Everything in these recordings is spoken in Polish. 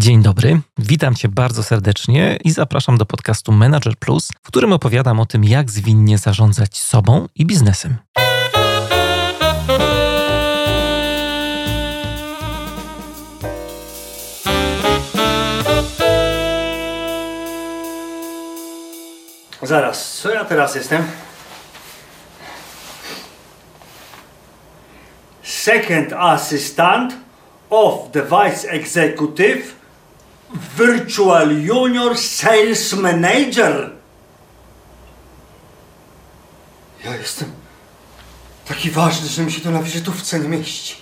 Dzień dobry, witam Cię bardzo serdecznie i zapraszam do podcastu Manager Plus, w którym opowiadam o tym, jak zwinnie zarządzać sobą i biznesem. Zaraz, co ja teraz jestem? Second Assistant of the Vice Executive Virtual Junior Sales Manager. Ja jestem taki ważny, że mi się to na wizytówce nie mieści.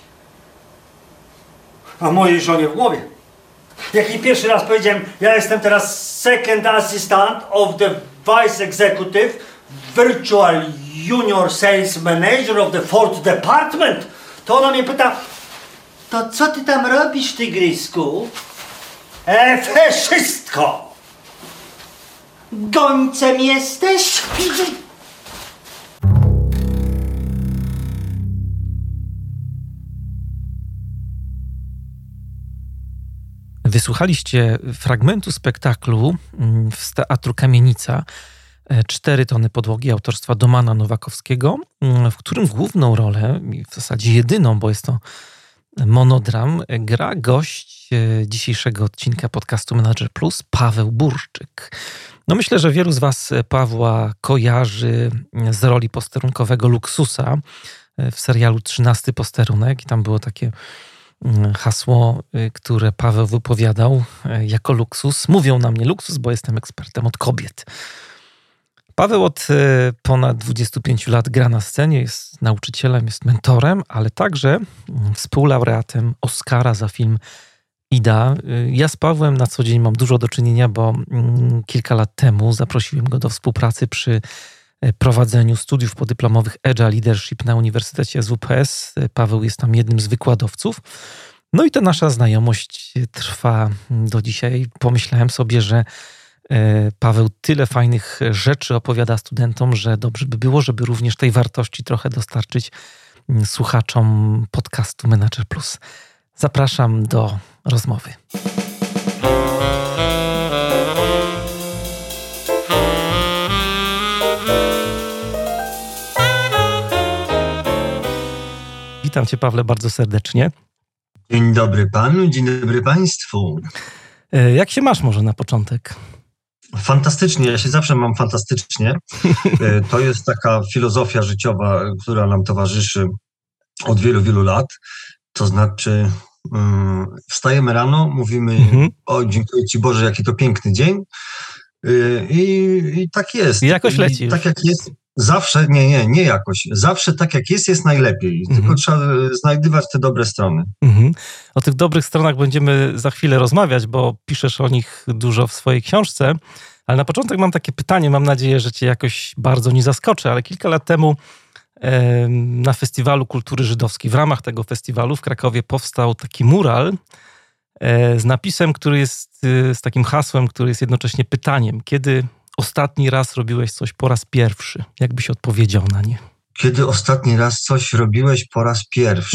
A mojej żonie w głowie. Jak jej pierwszy raz powiedziałem, ja jestem teraz Second Assistant of the Vice Executive Virtual Junior Sales Manager of the Fourth Department, to ona mnie pyta, to co ty tam robisz, tygrysku? Wszystko! Gońcem jesteś? Wysłuchaliście fragmentu spektaklu z Teatru Kamienica 4 tony podłogi autorstwa Domana Nowakowskiego, w którym główną rolę, w zasadzie jedyną, bo jest to monodram, gra gość dzisiejszego odcinka podcastu Manager Plus, Paweł Burszczyk. No myślę, że wielu z Was Pawła kojarzy z roli posterunkowego Luksusa w serialu 13 posterunek i tam było takie hasło, które Paweł wypowiadał jako luksus. Mówią na mnie luksus, bo jestem ekspertem od kobiet. Paweł od ponad 25 lat gra na scenie, jest nauczycielem, jest mentorem, ale także współlaureatem Oscara za film Ida. Ja z Pawłem na co dzień mam dużo do czynienia, bo kilka lat temu zaprosiłem go do współpracy przy prowadzeniu studiów podyplomowych Agile Leadership na Uniwersytecie SWPS. Paweł jest tam jednym z wykładowców. No i ta nasza znajomość trwa do dzisiaj. Pomyślałem sobie, że Paweł tyle fajnych rzeczy opowiada studentom, że dobrze by było, żeby również tej wartości trochę dostarczyć słuchaczom podcastu Manager Plus. Zapraszam do rozmowy. Witam Cię, Pawle, bardzo serdecznie. Dzień dobry panu, dzień dobry państwu. Jak się masz może na początek? Fantastycznie, ja się zawsze mam fantastycznie. To jest taka filozofia życiowa, która nam towarzyszy od wielu, wielu lat. To znaczy wstajemy rano, mówimy o dziękuję Ci Boże, jaki to piękny dzień. I tak jest. I jakoś leci. Tak jak jest. Zawsze, nie jakoś. Zawsze tak jak jest najlepiej. Tylko trzeba znajdywać te dobre strony. O tych dobrych stronach będziemy za chwilę rozmawiać, bo piszesz o nich dużo w swojej książce. Ale na początek mam takie pytanie, mam nadzieję, że Cię jakoś bardzo nie zaskoczę, ale kilka lat temu na Festiwalu Kultury Żydowskiej, w ramach tego festiwalu w Krakowie powstał taki mural z napisem, który jest, z takim hasłem, który jest jednocześnie pytaniem. Kiedy ostatni raz robiłeś coś po raz pierwszy? Jak byś odpowiedział na nie? Kiedy ostatni raz coś robiłeś po raz pierwszy?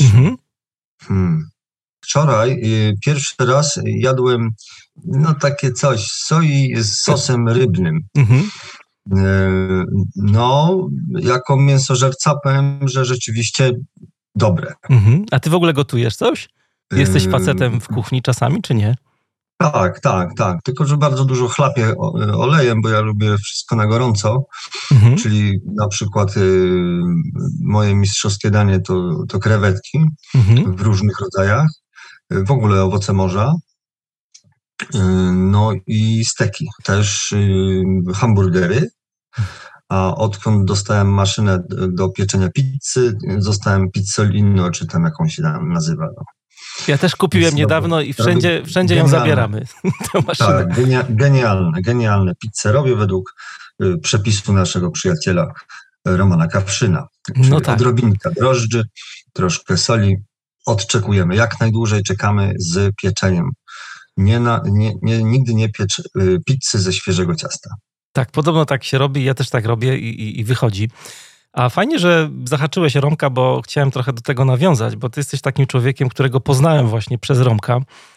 Wczoraj pierwszy raz jadłem takie coś, soi z sosem rybnym. Jako mięsożerca powiem, że rzeczywiście dobre. A ty w ogóle gotujesz coś? Jesteś facetem w kuchni czasami, czy nie? Tak. Tylko, że bardzo dużo chlapię olejem, bo ja lubię wszystko na gorąco. Czyli na przykład moje mistrzowskie danie to krewetki w różnych rodzajach. W ogóle owoce morza. No i steki. Też hamburgery. A odkąd dostałem maszynę do pieczenia pizzy, zostałem pizzolino, czy tam jakąś się tam nazywa. Ja też kupiłem niedawno i wszędzie ją zabieramy. Tę maszynę. Tak, genialne pizze robię według przepisu naszego przyjaciela Romana Kawszyna. Czyli odrobinka drożdży, troszkę soli. Odczekujemy. Jak najdłużej czekamy z pieczeniem. Nigdy nie piecz pizzy ze świeżego ciasta. Tak, podobno tak się robi, ja też tak robię i wychodzi. A fajnie, że zahaczyłeś Romka, bo chciałem trochę do tego nawiązać, bo ty jesteś takim człowiekiem, którego poznałem właśnie przez Romka.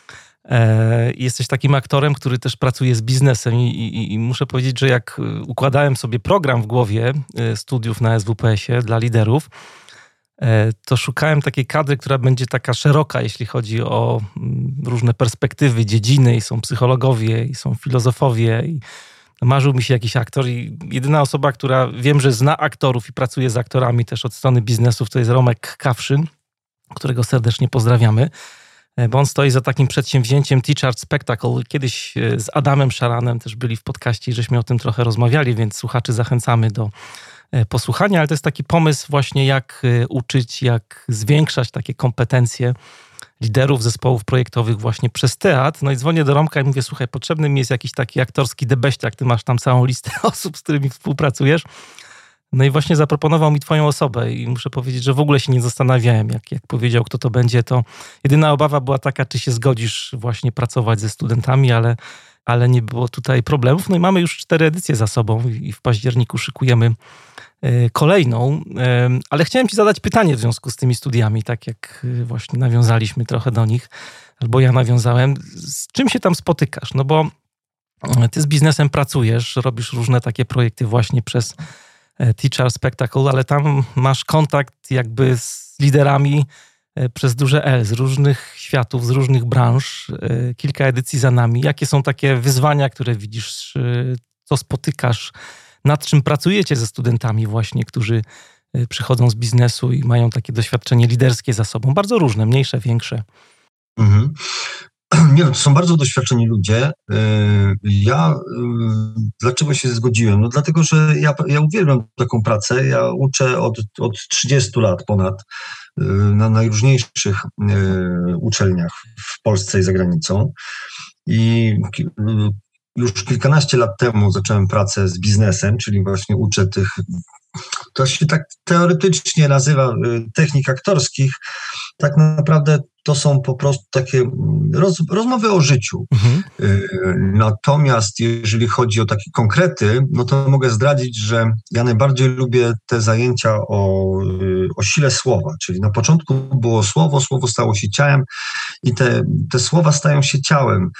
Jesteś takim aktorem, który też pracuje z biznesem i muszę powiedzieć, że jak układałem sobie program w głowie studiów na SWPS-ie dla liderów, to szukałem takiej kadry, która będzie taka szeroka, jeśli chodzi o różne perspektywy, dziedziny, i są psychologowie, i są filozofowie, i marzył mi się jakiś aktor i jedyna osoba, która wiem, że zna aktorów i pracuje z aktorami też od strony biznesów, to jest Romek Kawszyn, którego serdecznie pozdrawiamy, bo on stoi za takim przedsięwzięciem Teach Art Spectacle. Kiedyś z Adamem Szaranem też byli w podcaście i żeśmy o tym trochę rozmawiali, więc słuchaczy zachęcamy do posłuchania, ale to jest taki pomysł właśnie, jak uczyć, jak zwiększać takie kompetencje liderów zespołów projektowych właśnie przez teatr. No i dzwonię do Romka i mówię, słuchaj, potrzebny mi jest jakiś taki aktorski debeściak, ty masz tam całą listę osób, z którymi współpracujesz. No i właśnie zaproponował mi twoją osobę i muszę powiedzieć, że w ogóle się nie zastanawiałem, jak powiedział, kto to będzie, to jedyna obawa była taka, czy się zgodzisz właśnie pracować ze studentami, ale nie było tutaj problemów. No i mamy już 4 edycje za sobą i w październiku szykujemy kolejną, ale chciałem ci zadać pytanie w związku z tymi studiami, tak jak właśnie nawiązaliśmy trochę do nich, albo ja nawiązałem. Z czym się tam spotykasz? No bo ty z biznesem pracujesz, robisz różne takie projekty właśnie przez Teach Art Spectacle, ale tam masz kontakt jakby z liderami przez duże L, z różnych światów, z różnych branż. Kilka edycji za nami. Jakie są takie wyzwania, które widzisz, co spotykasz, nad czym pracujecie ze studentami właśnie, którzy przychodzą z biznesu i mają takie doświadczenie liderskie za sobą? Bardzo różne, mniejsze, większe. Mhm. Nie, to są bardzo doświadczeni ludzie. Dlaczego się zgodziłem? No dlatego, że ja uwielbiam taką pracę. Ja uczę od 30 lat ponad na najróżniejszych uczelniach w Polsce i za granicą. I już kilkanaście lat temu zacząłem pracę z biznesem, czyli właśnie uczę tych, to się tak teoretycznie nazywa technik aktorskich. Tak naprawdę to są po prostu takie rozmowy o życiu. Mhm. Natomiast jeżeli chodzi o takie konkrety, no to mogę zdradzić, że ja najbardziej lubię te zajęcia o sile słowa, czyli na początku było słowo stało się ciałem i te słowa stają się ciałem.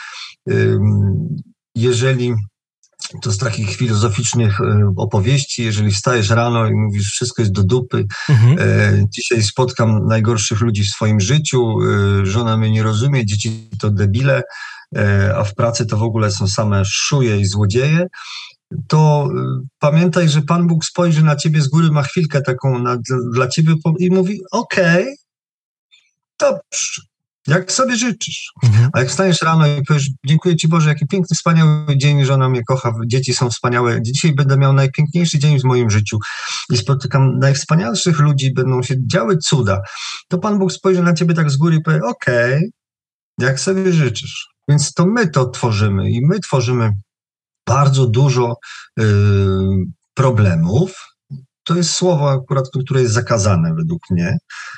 Jeżeli to z takich filozoficznych opowieści, jeżeli wstajesz rano i mówisz, wszystko jest do dupy, dzisiaj spotkam najgorszych ludzi w swoim życiu, żona mnie nie rozumie, dzieci to debile, a w pracy to w ogóle są same szuje i złodzieje, to pamiętaj, że Pan Bóg spojrzy na ciebie z góry, ma chwilkę taką dla ciebie i mówi, okej, dobrze. Jak sobie życzysz. A jak wstajesz rano i powiesz, dziękuję Ci Boże, jaki piękny, wspaniały dzień, żona mnie kocha, dzieci są wspaniałe, dzisiaj będę miał najpiękniejszy dzień w moim życiu i spotykam najwspanialszych ludzi, będą się działy cuda, to Pan Bóg spojrzy na ciebie tak z góry i powie, okej, jak sobie życzysz. Więc to my to tworzymy i my tworzymy bardzo dużo problemów. To jest słowo akurat, które jest zakazane według mnie.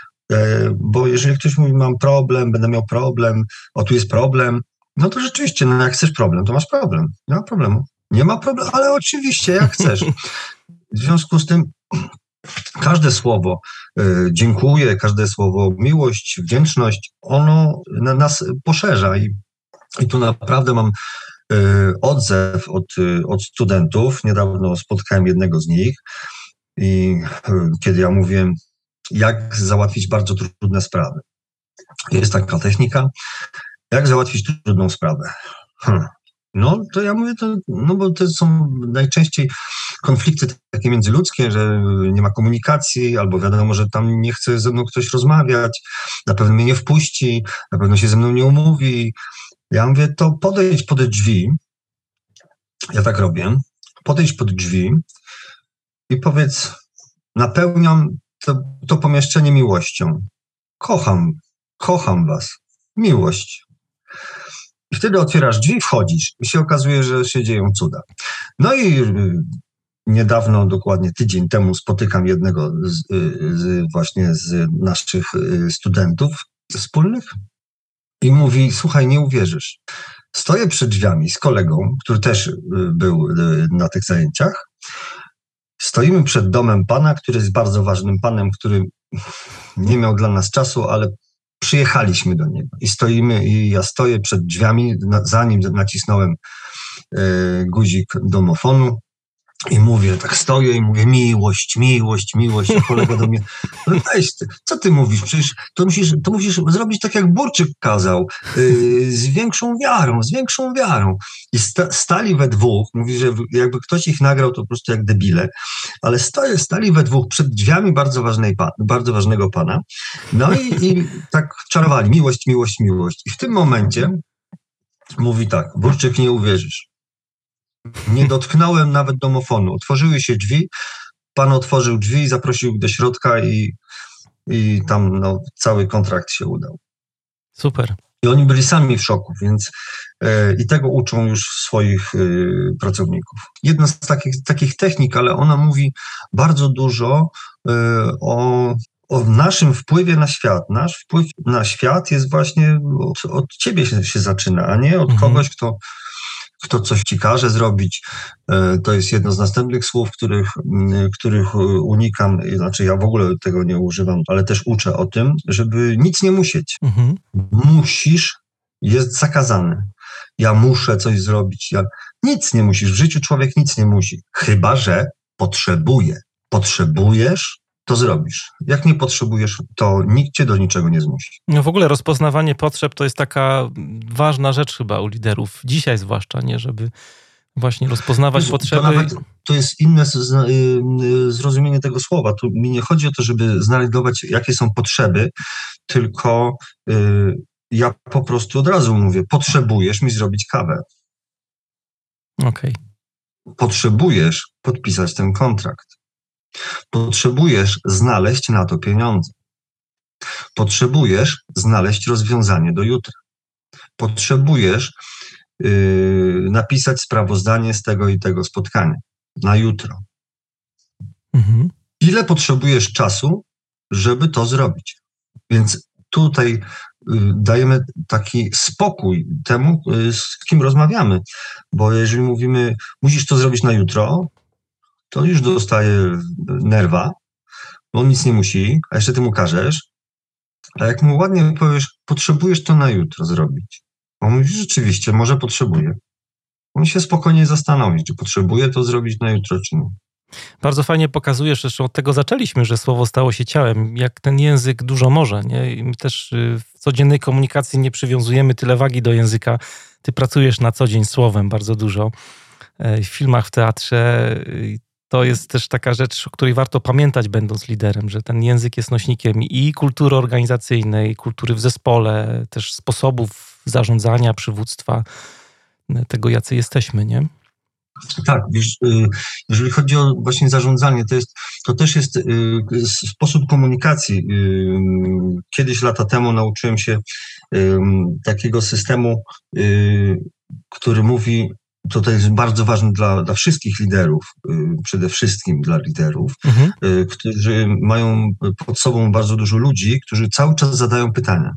Bo jeżeli ktoś mówi, mam problem, będę miał problem, tu jest problem, no to rzeczywiście, no jak chcesz problem, to masz problem. Nie ma problemu. Nie ma problemu, ale oczywiście, jak chcesz. W związku z tym każde słowo dziękuję, każde słowo miłość, wdzięczność, ono nas poszerza i tu naprawdę mam odzew od studentów. Niedawno spotkałem jednego z nich i kiedy ja mówiłem, jak załatwić bardzo trudne sprawy. Jest taka technika, jak załatwić trudną sprawę. No to ja mówię, no bo to są najczęściej konflikty takie międzyludzkie, że nie ma komunikacji, albo wiadomo, że tam nie chce ze mną ktoś rozmawiać, na pewno mnie nie wpuści, na pewno się ze mną nie umówi. Ja mówię, to podejdź pod drzwi, ja tak robię, podejdź pod drzwi i powiedz, napełniam to pomieszczenie miłością. Kocham was. Miłość. I wtedy otwierasz drzwi, wchodzisz i się okazuje, że się dzieją cuda. No i niedawno, dokładnie tydzień temu spotykam jednego właśnie z naszych studentów wspólnych i mówi, słuchaj, nie uwierzysz. Stoję przed drzwiami z kolegą, który też był na tych zajęciach. Stoimy przed domem pana, który jest bardzo ważnym panem, który nie miał dla nas czasu, ale przyjechaliśmy do niego i stoimy, i ja stoję przed drzwiami, zanim nacisnąłem guzik domofonu i mówię, tak stoję i mówię, miłość, miłość, miłość, a kolega do mnie, no weź ty, co ty mówisz, przecież to musisz zrobić tak, jak Burczyk kazał, z większą wiarą. I stali we dwóch, mówi, że jakby ktoś ich nagrał, to po prostu jak debile, ale stali we dwóch przed drzwiami bardzo ważnego pana, no i tak czarowali, miłość, miłość, miłość. I w tym momencie mówi tak, Burczyk, nie uwierzysz. Nie dotknąłem nawet domofonu. Otworzyły się drzwi, pan otworzył drzwi i zaprosił do środka i tam cały kontrakt się udał. Super. I oni byli sami w szoku, więc i tego uczą już swoich pracowników. Jedna z takich technik, ale ona mówi bardzo dużo o naszym wpływie na świat. Nasz wpływ na świat jest właśnie od ciebie się zaczyna, a nie od kogoś, kto coś ci każe zrobić. To jest jedno z następnych słów, których unikam, znaczy ja w ogóle tego nie używam, ale też uczę o tym, żeby nic nie musieć. Musisz, jest zakazane. Ja muszę coś zrobić. Nic nie musisz. W życiu człowiek nic nie musi. Chyba że potrzebuje. Potrzebujesz, to zrobisz. Jak nie potrzebujesz, to nikt cię do niczego nie zmusi. No w ogóle rozpoznawanie potrzeb to jest taka ważna rzecz chyba u liderów. Dzisiaj zwłaszcza, nie? Żeby właśnie rozpoznawać potrzeby. To jest inne zrozumienie tego słowa. Tu mi nie chodzi o to, żeby znajdować, jakie są potrzeby, tylko ja po prostu od razu mówię, potrzebujesz mi zrobić kawę. Okej. Potrzebujesz podpisać ten kontrakt. Potrzebujesz znaleźć na to pieniądze. Potrzebujesz znaleźć rozwiązanie do jutra. Potrzebujesz napisać sprawozdanie z tego i tego spotkania na jutro. Ile potrzebujesz czasu, żeby to zrobić? Więc tutaj dajemy taki spokój temu, z kim rozmawiamy, bo jeżeli mówimy, musisz to zrobić na jutro, to już dostaje nerwa, bo on nic nie musi, a jeszcze ty mu każesz, a jak mu ładnie powiesz, potrzebujesz to na jutro zrobić. On mówi, rzeczywiście, może potrzebuje. On się spokojnie zastanowi, czy potrzebuje to zrobić na jutro, czy nie. Bardzo fajnie pokazujesz, zresztą od tego zaczęliśmy, że słowo stało się ciałem, jak ten język dużo może, nie? I my też w codziennej komunikacji nie przywiązujemy tyle wagi do języka. Ty pracujesz na co dzień słowem bardzo dużo, w filmach, w teatrze. To jest też taka rzecz, o której warto pamiętać, będąc liderem, że ten język jest nośnikiem i kultury organizacyjnej, kultury w zespole, też sposobów zarządzania, przywództwa, tego jacy jesteśmy, nie? Tak, wiesz, jeżeli chodzi o właśnie zarządzanie, to też jest sposób komunikacji. Kiedyś, lata temu, nauczyłem się takiego systemu, który mówi, to jest bardzo ważne dla wszystkich liderów, przede wszystkim dla liderów, którzy mają pod sobą bardzo dużo ludzi, którzy cały czas zadają pytania.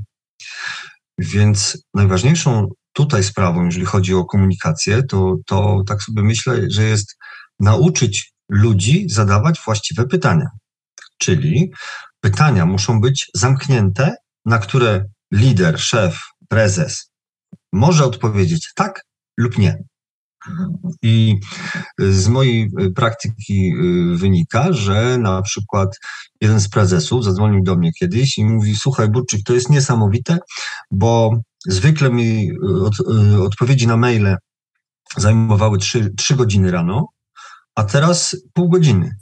Więc najważniejszą tutaj sprawą, jeżeli chodzi o komunikację, to tak sobie myślę, że jest nauczyć ludzi zadawać właściwe pytania. Czyli pytania muszą być zamknięte, na które lider, szef, prezes może odpowiedzieć tak lub nie. I z mojej praktyki wynika, że na przykład jeden z prezesów zadzwonił do mnie kiedyś i mówi: słuchaj, Burczyk, to jest niesamowite, bo zwykle mi odpowiedzi na maile zajmowały 3 godziny rano, a teraz pół godziny.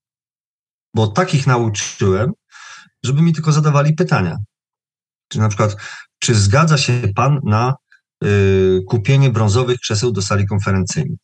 Bo takich nauczyłem, żeby mi tylko zadawali pytania. Czy na przykład, czy zgadza się pan na kupienie brązowych krzeseł do sali konferencyjnej?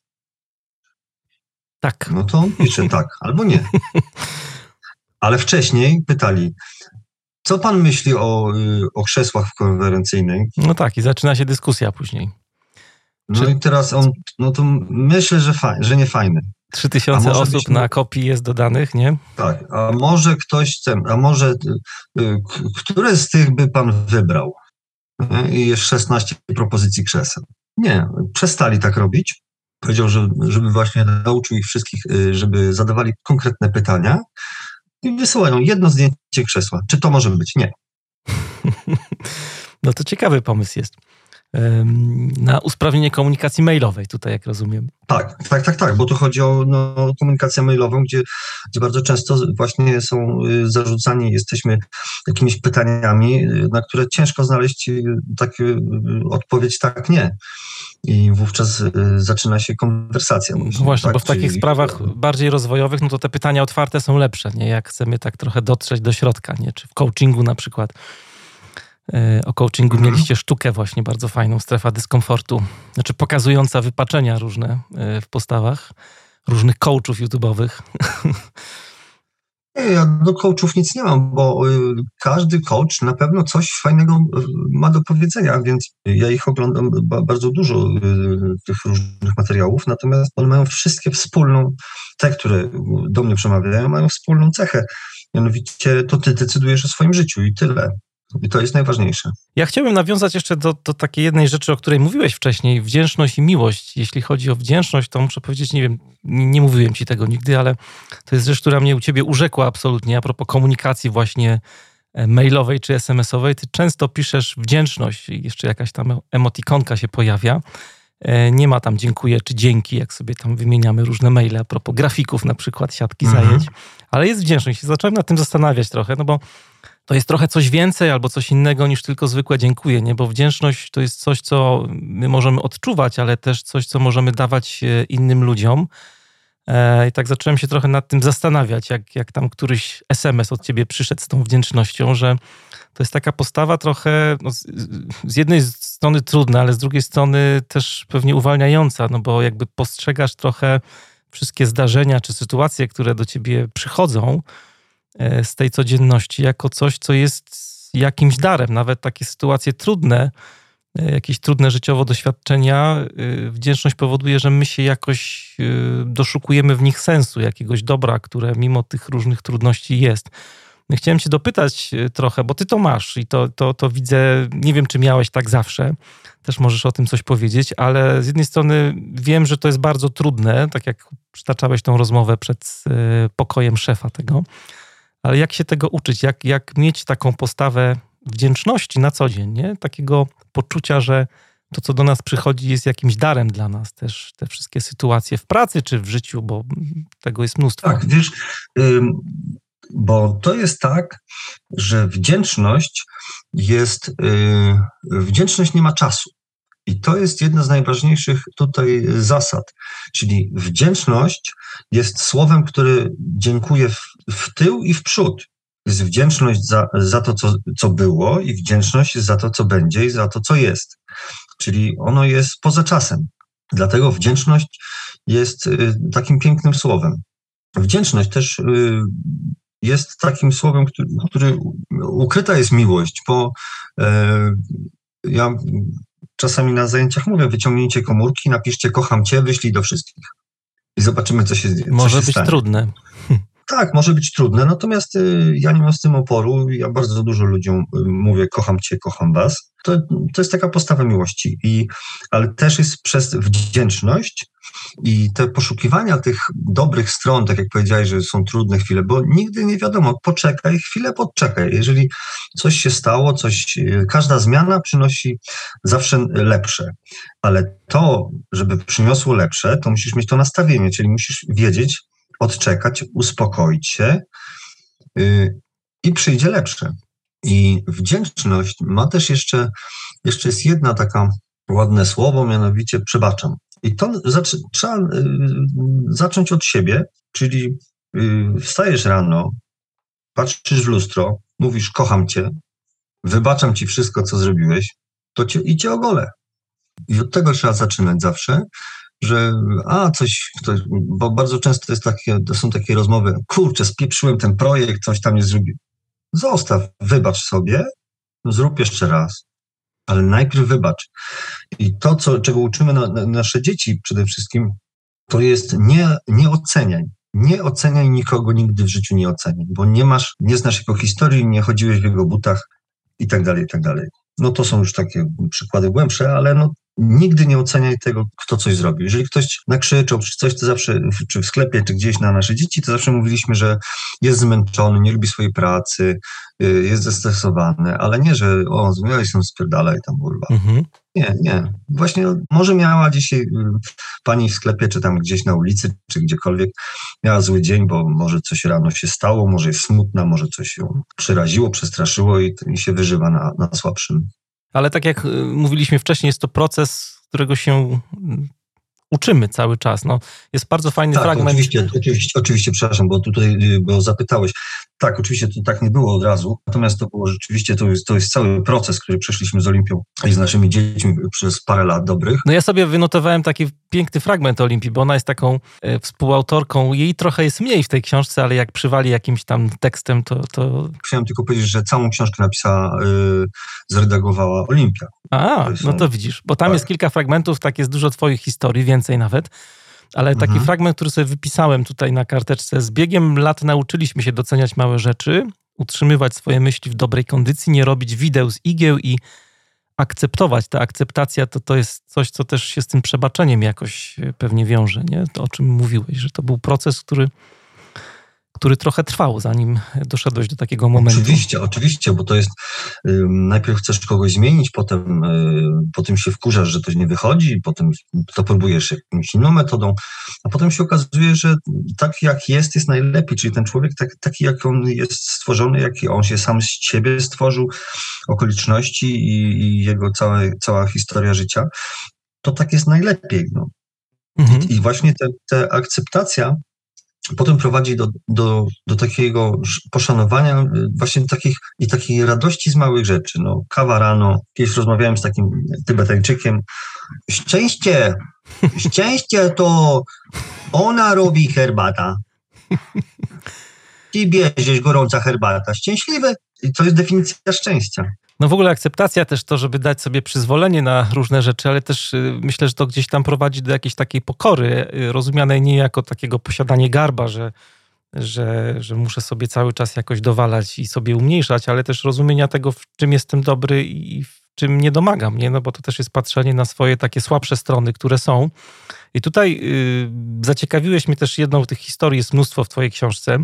Tak. No to on pisze tak albo nie. Ale wcześniej pytali, co pan myśli o krzesłach konferencyjnej? No tak, i zaczyna się dyskusja później. No i teraz to myślę, że nie fajne. 3000 osób na kopii jest dodanych, nie? Tak, a może ktoś chce, które z tych by pan wybrał? I jest 16 propozycji krzeseł. Nie, przestali tak robić. Powiedział, żeby właśnie nauczył ich wszystkich, żeby zadawali konkretne pytania i wysyłają jedno zdjęcie krzesła. Czy to może być? Nie. No to ciekawy pomysł jest. Na usprawnienie komunikacji mailowej tutaj, jak rozumiem. Tak, bo tu chodzi o komunikację mailową, gdzie bardzo często właśnie są zarzucani, jesteśmy jakimiś pytaniami, na które ciężko znaleźć odpowiedź tak, nie. I wówczas zaczyna się konwersacja. Właśnie, tak, bo w takich sprawach bardziej rozwojowych, no to te pytania otwarte są lepsze, nie? Jak chcemy tak trochę dotrzeć do środka, nie? Czy w coachingu na przykład. O coachingu mieliście sztukę właśnie bardzo fajną, strefa dyskomfortu, znaczy pokazująca wypaczenia różne w postawach różnych coachów YouTube'owych. Ja do coachów nic nie mam, bo każdy coach na pewno coś fajnego ma do powiedzenia, więc ja ich oglądam bardzo dużo, tych różnych materiałów, natomiast one mają wszystkie wspólną, te, które do mnie przemawiają, mają wspólną cechę. Mianowicie to ty decydujesz o swoim życiu i tyle. I to jest najważniejsze. Ja chciałbym nawiązać jeszcze do takiej jednej rzeczy, o której mówiłeś wcześniej, wdzięczność i miłość. Jeśli chodzi o wdzięczność, to muszę powiedzieć, nie wiem, nie mówiłem ci tego nigdy, ale to jest rzecz, która mnie u ciebie urzekła absolutnie. A propos komunikacji właśnie mailowej czy SMS-owej, ty często piszesz wdzięczność i jeszcze jakaś tam emotikonka się pojawia. Nie ma tam dziękuję czy dzięki, jak sobie tam wymieniamy różne maile a propos grafików, na przykład siatki zajęć, ale jest wdzięczność. Zacząłem nad tym zastanawiać trochę, no bo to jest trochę coś więcej albo coś innego niż tylko zwykłe dziękuję, nie? Bo wdzięczność to jest coś, co my możemy odczuwać, ale też coś, co możemy dawać innym ludziom. I tak zacząłem się trochę nad tym zastanawiać, jak tam któryś SMS od ciebie przyszedł z tą wdzięcznością, że to jest taka postawa trochę z jednej strony trudna, ale z drugiej strony też pewnie uwalniająca, no bo jakby postrzegasz trochę wszystkie zdarzenia czy sytuacje, które do ciebie przychodzą z tej codzienności jako coś, co jest jakimś darem. Nawet takie sytuacje trudne, jakieś trudne życiowo doświadczenia, wdzięczność powoduje, że my się jakoś doszukujemy w nich sensu, jakiegoś dobra, które mimo tych różnych trudności jest. Chciałem cię dopytać trochę, bo ty to masz i to widzę, nie wiem, czy miałeś tak zawsze, też możesz o tym coś powiedzieć, ale z jednej strony wiem, że to jest bardzo trudne, tak jak przytaczałeś tą rozmowę przed pokojem szefa tego, ale jak się tego uczyć, jak mieć taką postawę wdzięczności na co dzień, nie? Takiego poczucia, że to, co do nas przychodzi, jest jakimś darem dla nas. Też te wszystkie sytuacje w pracy czy w życiu, bo tego jest mnóstwo. Tak, wiesz, bo to jest tak, że wdzięczność nie ma czasu. I to jest jedna z najważniejszych tutaj zasad. Czyli wdzięczność jest słowem, które dziękuję w tył i w przód. Jest wdzięczność za to, co było i wdzięczność za to, co będzie i za to, co jest. Czyli ono jest poza czasem. Dlatego wdzięczność jest takim pięknym słowem. Wdzięczność też jest takim słowem, który ukryta jest miłość, bo ja czasami na zajęciach mówię, wyciągnijcie komórki, napiszcie kocham cię, wyślij do wszystkich. I zobaczymy, co się stanie. Może być trudne. Tak, może być trudne, natomiast ja nie mam z tym oporu. Ja bardzo dużo ludziom mówię kocham cię, kocham was. To jest taka postawa miłości, ale też jest przez wdzięczność i te poszukiwania tych dobrych stron, tak jak powiedziałeś, że są trudne chwile, bo nigdy nie wiadomo, poczekaj, chwilę podczekaj. Jeżeli coś się stało, każda zmiana przynosi zawsze lepsze, ale to, żeby przyniosło lepsze, to musisz mieć to nastawienie, czyli musisz wiedzieć, odczekać, uspokoić się i przyjdzie lepsze. I wdzięczność ma też jeszcze jest jedna taka ładne słowo, mianowicie przebaczam. I to trzeba zacząć od siebie, czyli wstajesz rano, patrzysz w lustro, mówisz kocham cię, wybaczam ci wszystko, co zrobiłeś, i cię ogolę. I od tego trzeba zaczynać zawsze, że bo bardzo często to są takie rozmowy, kurczę, spieprzyłem ten projekt, coś tam nie zrobił. Zostaw, wybacz sobie, zrób jeszcze raz, ale najpierw wybacz. I to, czego uczymy nasze dzieci przede wszystkim, to jest nie oceniaj. Nie oceniaj nikogo, nigdy w życiu nie oceniaj, bo nie znasz jego historii, nie chodziłeś w jego butach i tak dalej, i tak dalej. No to są już takie przykłady głębsze, ale nigdy nie oceniaj tego, kto coś zrobił. Jeżeli ktoś nakrzyczał, czy coś, to zawsze, czy w sklepie, czy gdzieś na nasze dzieci, to zawsze mówiliśmy, że jest zmęczony, nie lubi swojej pracy, jest zestresowany, ale nie, że zmieniałeś się spierdala i tam urwa. Nie. Właśnie może miała dzisiaj pani w sklepie, czy tam gdzieś na ulicy, czy gdziekolwiek, miała zły dzień, bo może coś rano się stało, może jest smutna, może coś ją przeraziło, przestraszyło i się wyżywa na słabszym. Ale tak jak mówiliśmy wcześniej, jest to proces, którego się uczymy cały czas. No, jest bardzo fajny fragment. Oczywiście, przepraszam, bo zapytałeś. Tak, oczywiście to tak nie było od razu, natomiast to było rzeczywiście, to jest cały proces, który przeszliśmy z Olimpią i z naszymi dziećmi przez parę lat dobrych. No ja sobie wynotowałem taki piękny fragment Olimpii, bo ona jest taką współautorką. Jej trochę jest mniej w tej książce, ale jak przywali jakimś tam tekstem, to... Chciałem tylko powiedzieć, że całą książkę zredagowała Olimpia. No to widzisz, bo tam jest kilka fragmentów, tak jest dużo twoich historii, więcej nawet. Ale taki fragment, który sobie wypisałem tutaj na karteczce. Z biegiem lat nauczyliśmy się doceniać małe rzeczy, utrzymywać swoje myśli w dobrej kondycji, nie robić wideł z igieł i akceptować. Ta akceptacja to jest coś, co też się z tym przebaczeniem jakoś pewnie wiąże, nie? To, o czym mówiłeś, że to był proces, który trochę trwał, zanim doszedłeś do takiego momentu. Oczywiście, bo to jest najpierw chcesz kogoś zmienić, potem się wkurzasz, że to nie wychodzi, potem to próbujesz jakąś inną metodą, a potem się okazuje, że tak jak jest najlepiej, czyli ten człowiek taki jak on jest stworzony, jaki on się sam z siebie stworzył, okoliczności i jego cała historia życia, to tak jest najlepiej. No. I właśnie ta akceptacja potem prowadzi do takiego poszanowania właśnie takiej radości z małych rzeczy. No, kawa rano. Kiedyś rozmawiałem z takim Tybetańczykiem. Szczęście to ona robi herbata. Ty bierzesz gorąca herbata. Szczęśliwy. I to jest definicja szczęścia. No w ogóle akceptacja też to, żeby dać sobie przyzwolenie na różne rzeczy, ale też myślę, że to gdzieś tam prowadzi do jakiejś takiej pokory, rozumianej nie jako takiego posiadanie garba, że muszę sobie cały czas jakoś dowalać i sobie umniejszać, ale też rozumienia tego, w czym jestem dobry i w czym nie domagam, nie? No bo to też jest patrzenie na swoje takie słabsze strony, które są. I tutaj zaciekawiłeś mnie też jedną tych historii, jest mnóstwo w twojej książce,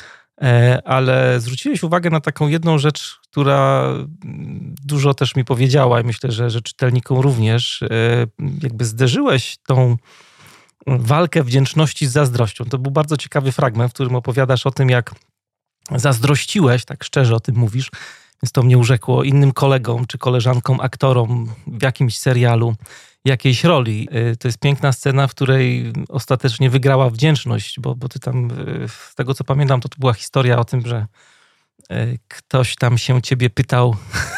ale zwróciłeś uwagę na taką jedną rzecz, która dużo też mi powiedziała i myślę, że czytelnikom również. Jakby zderzyłeś tą walkę wdzięczności z zazdrością. To był bardzo ciekawy fragment, w którym opowiadasz o tym, jak zazdrościłeś, tak szczerze o tym mówisz, więc to mnie urzekło, innym kolegom czy koleżankom, aktorom w jakimś serialu, jakiejś roli. To jest piękna scena, w której ostatecznie wygrała wdzięczność, bo ty tam, z tego co pamiętam, to była historia o tym, że ktoś tam się ciebie pytał,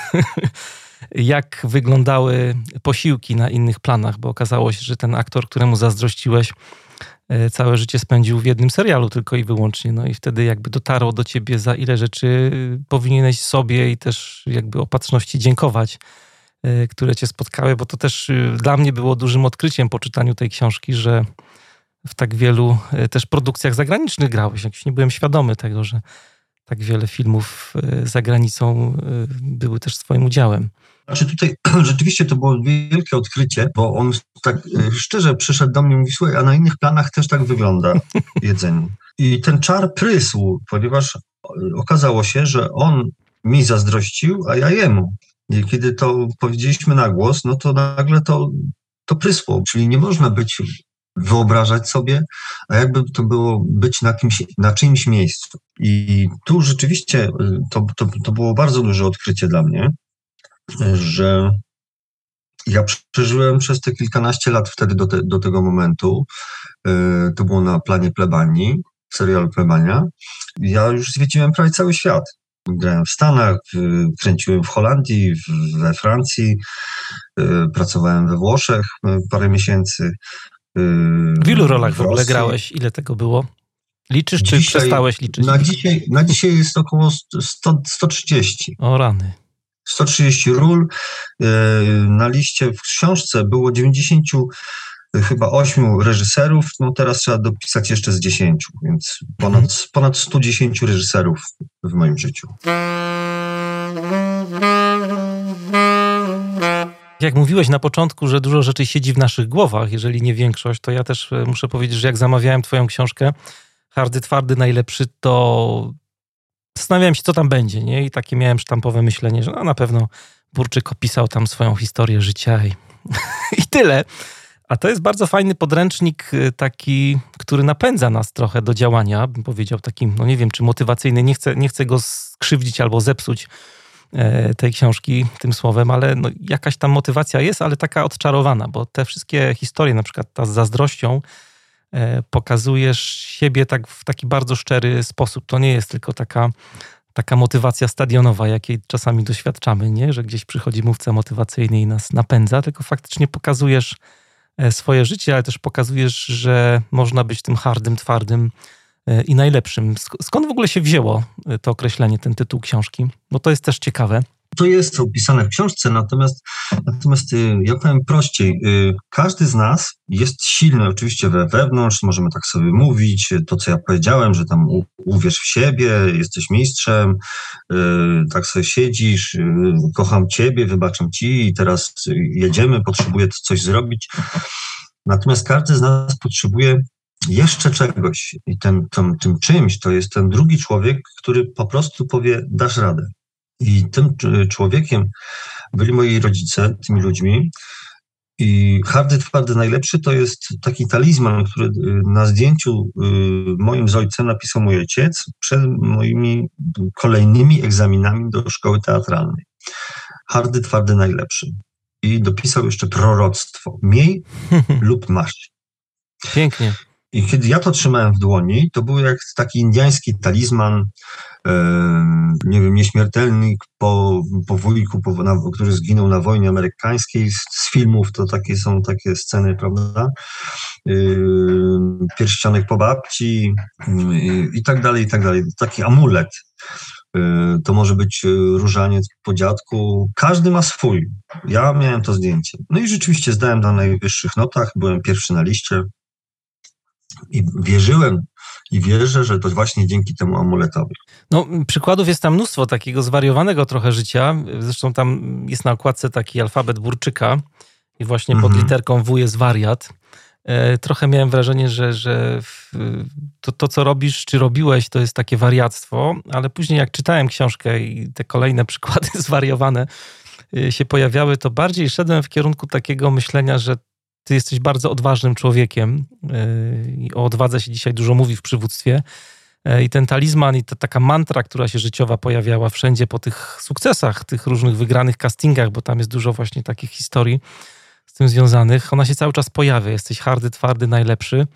jak wyglądały posiłki na innych planach, bo okazało się, że ten aktor, któremu zazdrościłeś, całe życie spędził w jednym serialu tylko i wyłącznie. No i wtedy jakby dotarło do ciebie, za ile rzeczy powinieneś sobie i też jakby opatrzności dziękować, które cię spotkały, bo to też dla mnie było dużym odkryciem po czytaniu tej książki, że w tak wielu też produkcjach zagranicznych grałeś. Jakoś nie byłem świadomy tego, że tak wiele filmów za granicą były też swoim udziałem. Znaczy tutaj rzeczywiście to było wielkie odkrycie, bo on tak szczerze przyszedł do mnie i mówi, słuchaj, a na innych planach też tak wygląda jedzenie. I ten czar prysł, ponieważ okazało się, że on mi zazdrościł, a ja jemu. I kiedy to powiedzieliśmy na głos, no to nagle to prysło, czyli nie można wyobrażać sobie, a jakby to było być na czyimś miejscu. I tu rzeczywiście to było bardzo duże odkrycie dla mnie, że ja przeżyłem przez te kilkanaście lat wtedy do tego momentu, to było na planie Plebanii, serialu Plebania, ja już zwiedziłem prawie cały świat. Grałem w Stanach, kręciłem w Holandii, we Francji, pracowałem we Włoszech parę miesięcy. W ilu rolach w ogóle grałeś? Ile tego było? Liczysz, czy przestałeś liczyć? Na dzisiaj jest około 130. O rany. 130 ról. Na liście w książce było 98 reżyserów, no teraz trzeba dopisać jeszcze z 10, więc ponad 110 reżyserów w moim życiu. Jak mówiłeś na początku, że dużo rzeczy siedzi w naszych głowach, jeżeli nie większość, to ja też muszę powiedzieć, że jak zamawiałem twoją książkę Hardy, Twardy, Najlepszy, to zastanawiałem się, co tam będzie, nie? I takie miałem sztampowe myślenie, że no, na pewno Burczyk opisał tam swoją historię życia i tyle. A to jest bardzo fajny podręcznik taki, który napędza nas trochę do działania, bym powiedział takim, no nie wiem, czy motywacyjny, nie chcę go skrzywdzić albo zepsuć tej książki tym słowem, ale no jakaś tam motywacja jest, ale taka odczarowana, bo te wszystkie historie, na przykład ta z zazdrością, pokazujesz siebie tak w taki bardzo szczery sposób. To nie jest tylko taka motywacja stadionowa, jakiej czasami doświadczamy, nie? Że gdzieś przychodzi mówca motywacyjny i nas napędza, tylko faktycznie pokazujesz swoje życie, ale też pokazujesz, że można być tym hardym, twardym i najlepszym. Skąd w ogóle się wzięło to określenie, ten tytuł książki? Bo to jest też ciekawe. To jest opisane w książce, natomiast ja powiem prościej. Każdy z nas jest silny oczywiście wewnątrz, możemy tak sobie mówić, to co ja powiedziałem, że tam uwierz w siebie, jesteś mistrzem, tak sobie siedzisz, kocham ciebie, wybaczam ci i teraz jedziemy, potrzebuję coś zrobić. Natomiast każdy z nas potrzebuje jeszcze czegoś i tym czymś to jest ten drugi człowiek, który po prostu powie, dasz radę. I tym człowiekiem byli moi rodzice, tymi ludźmi. I Hardy, Twardy, Najlepszy to jest taki talizman, który na zdjęciu moim z ojcem napisał mój ojciec przed moimi kolejnymi egzaminami do szkoły teatralnej. Hardy, Twardy, Najlepszy. I dopisał jeszcze proroctwo. Miej lub masz. Pięknie. I kiedy ja to trzymałem w dłoni, to był jak taki indiański talizman, nie wiem, nieśmiertelnik po wujku, który zginął na wojnie amerykańskiej, z filmów, to są takie sceny, prawda? Pierścionek po babci i tak dalej, i tak dalej. Taki amulet. To może być różaniec po dziadku. Każdy ma swój. Ja miałem to zdjęcie. No i rzeczywiście zdałem na najwyższych notach, byłem pierwszy na liście. I wierzyłem i wierzę, że to właśnie dzięki temu amuletowi. No, przykładów jest tam mnóstwo takiego zwariowanego trochę życia. Zresztą tam jest na okładce taki alfabet Burczyka i właśnie pod literką W jest wariat. Trochę miałem wrażenie, że to, co robisz, czy robiłeś, to jest takie wariactwo, ale później jak czytałem książkę i te kolejne przykłady zwariowane się pojawiały, to bardziej szedłem w kierunku takiego myślenia, że ty jesteś bardzo odważnym człowiekiem i o odwadze się dzisiaj dużo mówi w przywództwie. I ten talizman i ta taka mantra, która się życiowa pojawiała wszędzie po tych sukcesach, tych różnych wygranych castingach, bo tam jest dużo właśnie takich historii z tym związanych. Ona się cały czas pojawia. Jesteś hardy, twardy, najlepszy.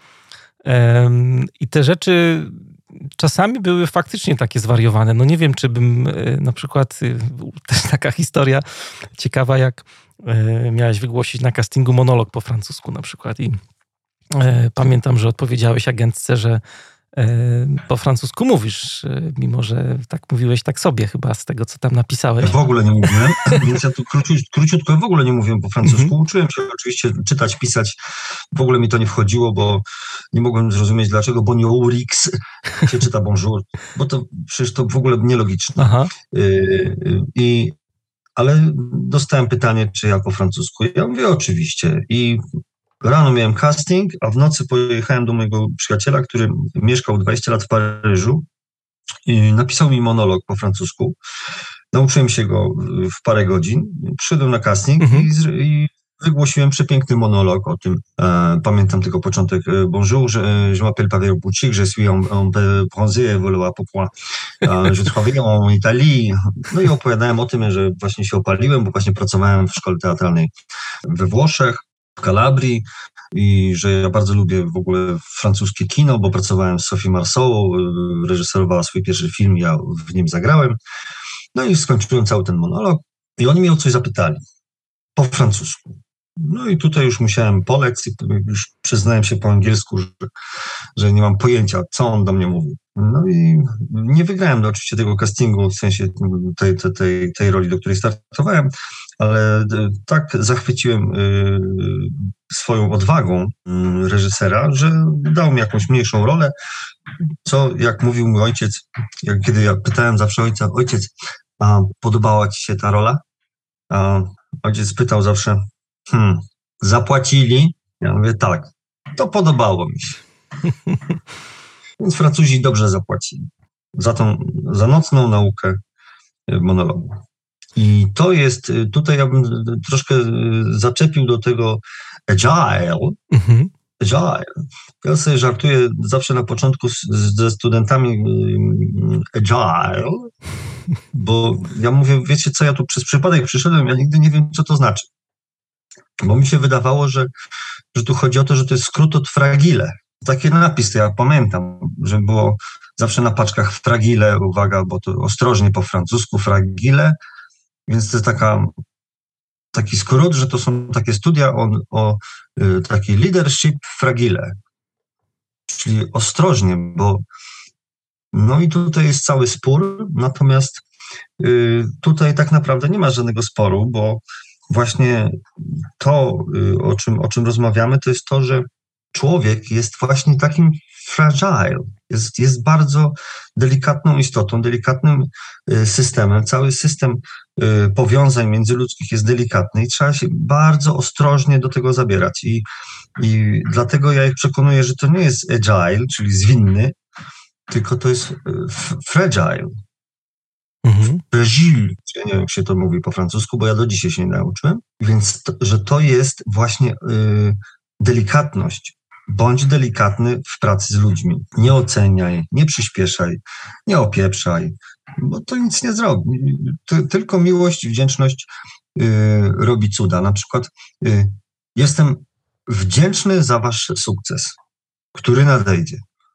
I te rzeczy czasami były faktycznie takie zwariowane. No nie wiem, czy bym na przykład, też taka historia ciekawa, jak miałeś wygłosić na castingu monolog po francusku na przykład i pamiętam, że odpowiedziałeś agentce, że po francusku mówisz, mimo że tak mówiłeś tak sobie chyba z tego, co tam napisałeś. Ja w ogóle nie mówiłem, więc ja tu króciutko w ogóle nie mówiłem po francusku. Uczyłem się oczywiście czytać, pisać. W ogóle mi to nie wchodziło, bo nie mogłem zrozumieć, dlaczego bonjourix się czyta bonjour, bo to przecież to w ogóle nielogiczne. Aha. Ale dostałem pytanie, czy ja po francusku. Ja mówię oczywiście. I rano miałem casting, a w nocy pojechałem do mojego przyjaciela, który mieszkał 20 lat w Paryżu i napisał mi monolog po francusku. Nauczyłem się go w parę godzin. Przyszedłem na casting i wygłosiłem przepiękny monolog o tym. Pamiętam tylko początek. Bonjour, je m'appelle Paweł Burczyk, je suis un peu bronzé, voilà pourquoi. Je travaille en Italie. No i opowiadałem o tym, że właśnie się opaliłem, bo właśnie pracowałem w szkole teatralnej we Włoszech, w Kalabrii i że ja bardzo lubię w ogóle francuskie kino, bo pracowałem z Sophie Marceau, reżyserowała swój pierwszy film, ja w nim zagrałem. No i skończyłem cały ten monolog i oni mnie o coś zapytali po francusku. No i tutaj już musiałem po lekcji, już przyznałem się po angielsku, że nie mam pojęcia, co on do mnie mówił. No i nie wygrałem oczywiście tego castingu, w sensie tej roli, do której startowałem, ale tak zachwyciłem swoją odwagą reżysera, że dał mi jakąś mniejszą rolę, co jak mówił mój ojciec, kiedy ja pytałem zawsze ojca, ojciec, a podobała ci się ta rola? ojciec pytał zawsze, zapłacili? Ja mówię, tak, to podobało mi się. Więc Francuzi dobrze zapłacili za nocną naukę monologu. I to jest, tutaj ja bym troszkę zaczepił do tego agile. Agile. Ja sobie żartuję zawsze na początku ze studentami agile, bo ja mówię, wiecie co, ja tu przez przypadek przyszedłem, ja nigdy nie wiem, co to znaczy. Bo mi się wydawało, że tu chodzi o to, że to jest skrót od fragile. Taki napis, to ja pamiętam, że było zawsze na paczkach fragile, uwaga, bo to ostrożnie po francusku, fragile, więc to jest taki skrót, że to są takie studia o taki leadership fragile, czyli ostrożnie, bo no i tutaj jest cały spór, natomiast tutaj tak naprawdę nie ma żadnego sporu, bo właśnie to, o czym rozmawiamy, to jest to, że człowiek jest właśnie takim fragile, jest bardzo delikatną istotą, delikatnym systemem. Cały system powiązań międzyludzkich jest delikatny i trzeba się bardzo ostrożnie do tego zabierać. I dlatego ja ich przekonuję, że to nie jest agile, czyli zwinny, tylko to jest fragile. Fragile, ja nie wiem, jak się to mówi po francusku, bo ja do dzisiaj się nie nauczyłem, więc że to jest właśnie delikatność. Bądź delikatny w pracy z ludźmi. Nie oceniaj, nie przyspieszaj, nie opieprzaj, bo to nic nie zrobi. Tylko miłość i wdzięczność robi cuda. Na przykład jestem wdzięczny za wasz sukces, który nadejdzie.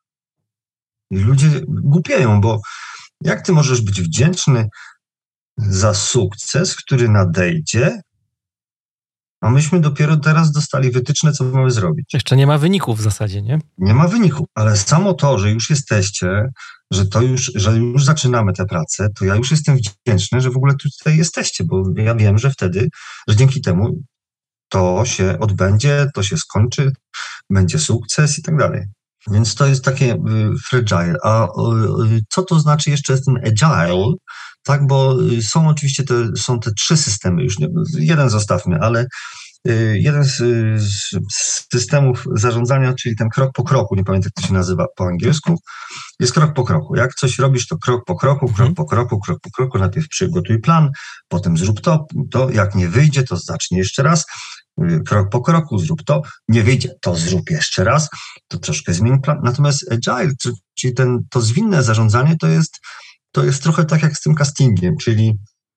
I ludzie głupieją, bo jak ty możesz być wdzięczny za sukces, który nadejdzie, a myśmy dopiero teraz dostali wytyczne, co mamy zrobić. Jeszcze nie ma wyników w zasadzie, nie? Nie ma wyników, ale samo to, że już jesteście, że już zaczynamy tę pracę, to ja już jestem wdzięczny, że w ogóle tutaj jesteście, bo ja wiem, że wtedy, że dzięki temu to się odbędzie, to się skończy, będzie sukces i tak dalej. Więc to jest takie fragile. A co to znaczy jeszcze ten agile? Tak, bo są oczywiście są te 3 systemy, już nie, jeden zostawmy, ale jeden z systemów zarządzania, czyli ten krok po kroku, nie pamiętam jak to się nazywa po angielsku, jest krok po kroku. Jak coś robisz, to krok po kroku, krok po kroku, krok po kroku, najpierw przygotuj plan, potem zrób to, jak nie wyjdzie, to zacznij jeszcze raz, krok po kroku, zrób to, nie wyjdzie, to zrób jeszcze raz, to troszkę zmień plan. Natomiast agile, czyli to zwinne zarządzanie, to jest trochę tak jak z tym castingiem, czyli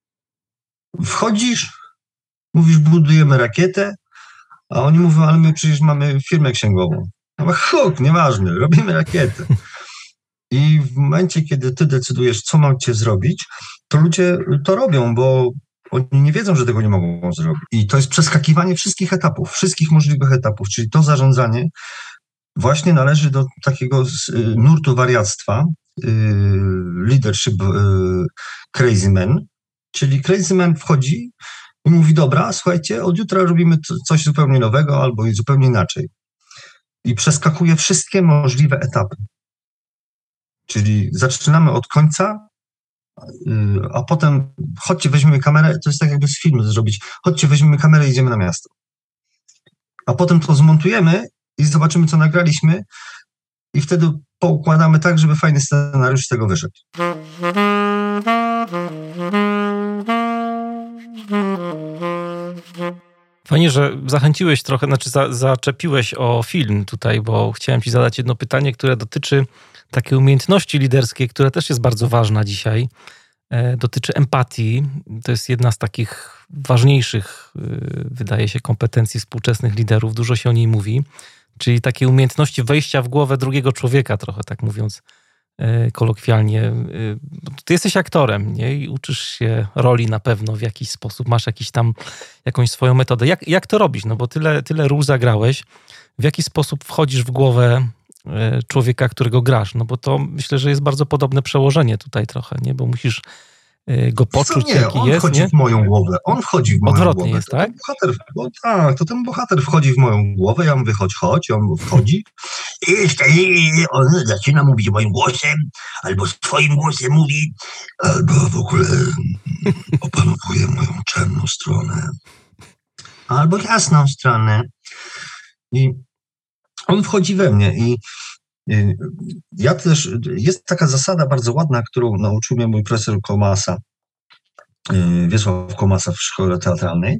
wchodzisz, mówisz, budujemy rakietę, a oni mówią, ale my przecież mamy firmę księgową. No nieważne, robimy rakietę. I w momencie, kiedy ty decydujesz, co macie zrobić, to ludzie to robią, bo oni nie wiedzą, że tego nie mogą zrobić. I to jest przeskakiwanie wszystkich etapów, wszystkich możliwych etapów, czyli to zarządzanie właśnie należy do takiego nurtu wariactwa, leadership crazy man, czyli crazy man wchodzi i mówi, dobra, słuchajcie, od jutra robimy coś zupełnie nowego albo zupełnie inaczej. I przeskakuje wszystkie możliwe etapy. Czyli zaczynamy od końca, a potem chodźcie, weźmiemy kamerę, to jest tak jakby z filmu zrobić, chodźcie, weźmiemy kamerę i idziemy na miasto. A potem to zmontujemy i zobaczymy, co nagraliśmy i wtedy poukładamy tak, żeby fajny scenariusz z tego wyszedł. Fajnie, że zachęciłeś trochę, zaczepiłeś o film tutaj, bo chciałem ci zadać jedno pytanie, które dotyczy takiej umiejętności liderskiej, która też jest bardzo ważna dzisiaj. Dotyczy empatii. To jest jedna z takich ważniejszych, wydaje się, kompetencji współczesnych liderów. Dużo się o niej mówi. Czyli takiej umiejętności wejścia w głowę drugiego człowieka, trochę tak mówiąc kolokwialnie. Ty jesteś aktorem, nie? I uczysz się roli na pewno w jakiś sposób. Masz jakąś swoją metodę. Jak to robisz? No bo tyle ról zagrałeś. W jaki sposób wchodzisz w głowę człowieka, którego grasz? No bo to myślę, że jest bardzo podobne przełożenie tutaj trochę, nie? Bo musisz go poczuć, jaki on jest. Wchodzi nie? w moją głowę. On wchodzi w moją Odwrotnie głowę. jest, tak? To ten bohater wchodzi w moją głowę, ja mówię chodź, i on wchodzi on zaczyna mówić moim głosem, albo swoim głosem mówi, albo w ogóle opanowuje moją ciemną stronę, albo jasną stronę. I on wchodzi we mnie i ja też, jest taka zasada bardzo ładna, którą nauczył mnie mój profesor Komasa, Wiesław Komasa w szkole teatralnej.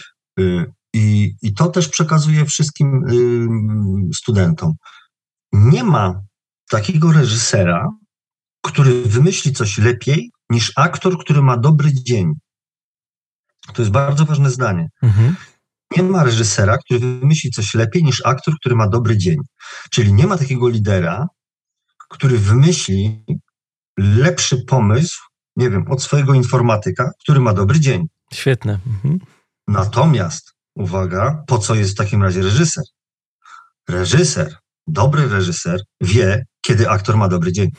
I to też przekazuję wszystkim studentom. Nie ma takiego reżysera, który wymyśli coś lepiej niż aktor, który ma dobry dzień. To jest bardzo ważne zdanie. Mhm. Nie ma reżysera, który wymyśli coś lepiej niż aktor, który ma dobry dzień. Czyli nie ma takiego lidera, który wymyśli lepszy pomysł, nie wiem, od swojego informatyka, który ma dobry dzień. Świetne. Mhm. Natomiast, uwaga, po co jest w takim razie reżyser? Dobry reżyser wie, kiedy aktor ma dobry dzień.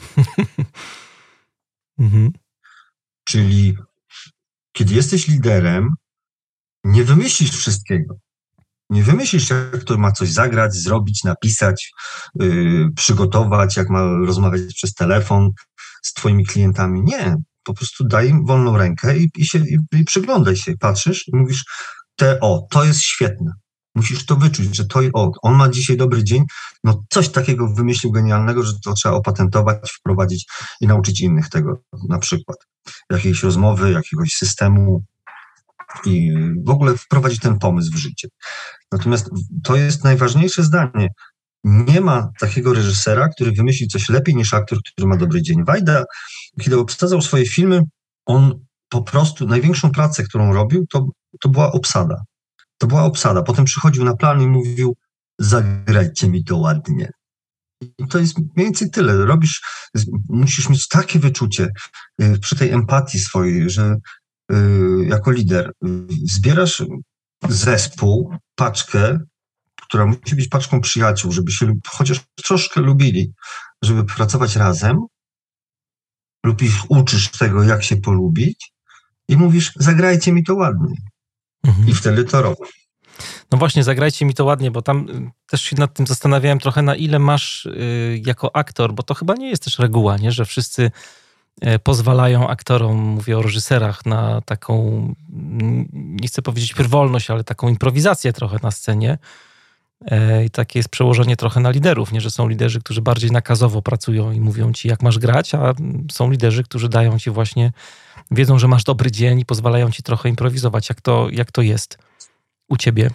Mhm. Czyli kiedy jesteś liderem, nie wymyślisz wszystkiego. Nie wymyślisz, jak aktor ma coś zagrać, zrobić, napisać, przygotować, jak ma rozmawiać przez telefon z twoimi klientami. Nie, po prostu daj im wolną rękę i przyglądaj się, patrzysz i mówisz, to jest świetne. Musisz to wyczuć, że on ma dzisiaj dobry dzień, no coś takiego wymyślił genialnego, że to trzeba opatentować, wprowadzić i nauczyć innych tego, na przykład jakiejś rozmowy, jakiegoś systemu i w ogóle wprowadzić ten pomysł w życie. Natomiast to jest najważniejsze zdanie. Nie ma takiego reżysera, który wymyśli coś lepiej niż aktor, który ma dobry dzień. Wajda, kiedy obsadzał swoje filmy, on po prostu, największą pracę, którą robił, to była obsada. To była obsada. Potem przychodził na plan i mówił, zagrajcie mi to ładnie. I to jest mniej więcej tyle. Musisz mieć takie wyczucie przy tej empatii swojej, że jako lider zbierasz zespół, paczkę, która musi być paczką przyjaciół, żeby się chociaż troszkę lubili, żeby pracować razem, lub ich uczysz tego, jak się polubić i mówisz, zagrajcie mi to ładnie. Mhm. I wtedy to robię. No właśnie, zagrajcie mi to ładnie, bo tam też się nad tym zastanawiałem trochę, na ile masz jako aktor, bo to chyba nie jest też reguła, nie? Że wszyscy pozwalają aktorom, mówię o reżyserach, na taką, nie chcę powiedzieć frywolność, ale taką improwizację trochę na scenie. I takie jest przełożenie trochę na liderów, nie? Że są liderzy, którzy bardziej nakazowo pracują i mówią ci, jak masz grać, a są liderzy, którzy dają ci właśnie, wiedzą, że masz dobry dzień i pozwalają ci trochę improwizować. Jak to jest u ciebie?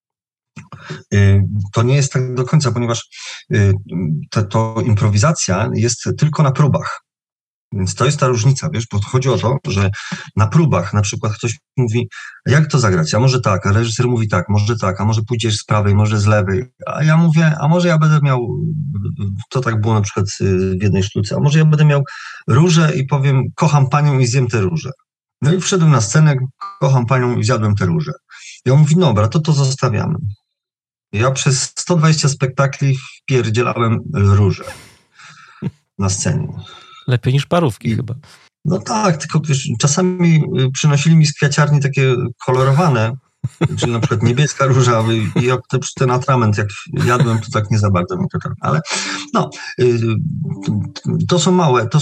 To nie jest tak do końca, ponieważ to improwizacja jest tylko na próbach. Więc to jest ta różnica, wiesz, bo chodzi o to, że na próbach na przykład ktoś mówi, jak to zagrać, a może tak, a reżyser mówi tak, a może pójdziesz z prawej, może z lewej, a ja mówię, a może ja będę miał, to tak było na przykład w jednej sztuce, a może ja będę miał różę i powiem, kocham panią i zjem tę różę. No i wszedłem na scenę, kocham panią i zjadłem tę różę. I on mówi, dobra, to zostawiamy. Ja przez 120 spektakli wpierdzielałem różę na scenie. Lepiej niż parówki chyba. No tak, tylko wiesz, czasami przynosili mi z kwiaciarni takie kolorowane, czyli na przykład niebieska róża i ja ten atrament, jak jadłem, to tak nie za bardzo mi to tak, ale no, to są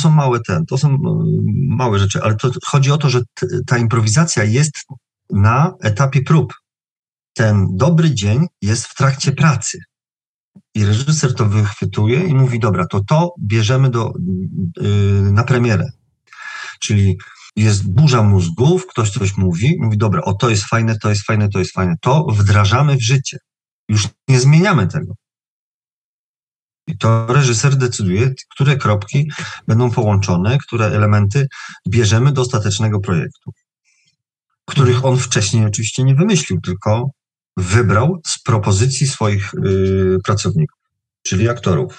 małe rzeczy, ale to chodzi o to, że ta improwizacja jest na etapie prób. Ten dobry dzień jest w trakcie pracy. I reżyser to wychwytuje i mówi, dobra, to bierzemy na premierę. Czyli jest burza mózgów, ktoś coś mówi, dobra, to jest fajne, to jest fajne, to jest fajne. To wdrażamy w życie. Już nie zmieniamy tego. I to reżyser decyduje, które kropki będą połączone, które elementy bierzemy do ostatecznego projektu. Których on wcześniej oczywiście nie wymyślił, tylko wybrał z propozycji swoich pracowników, czyli aktorów.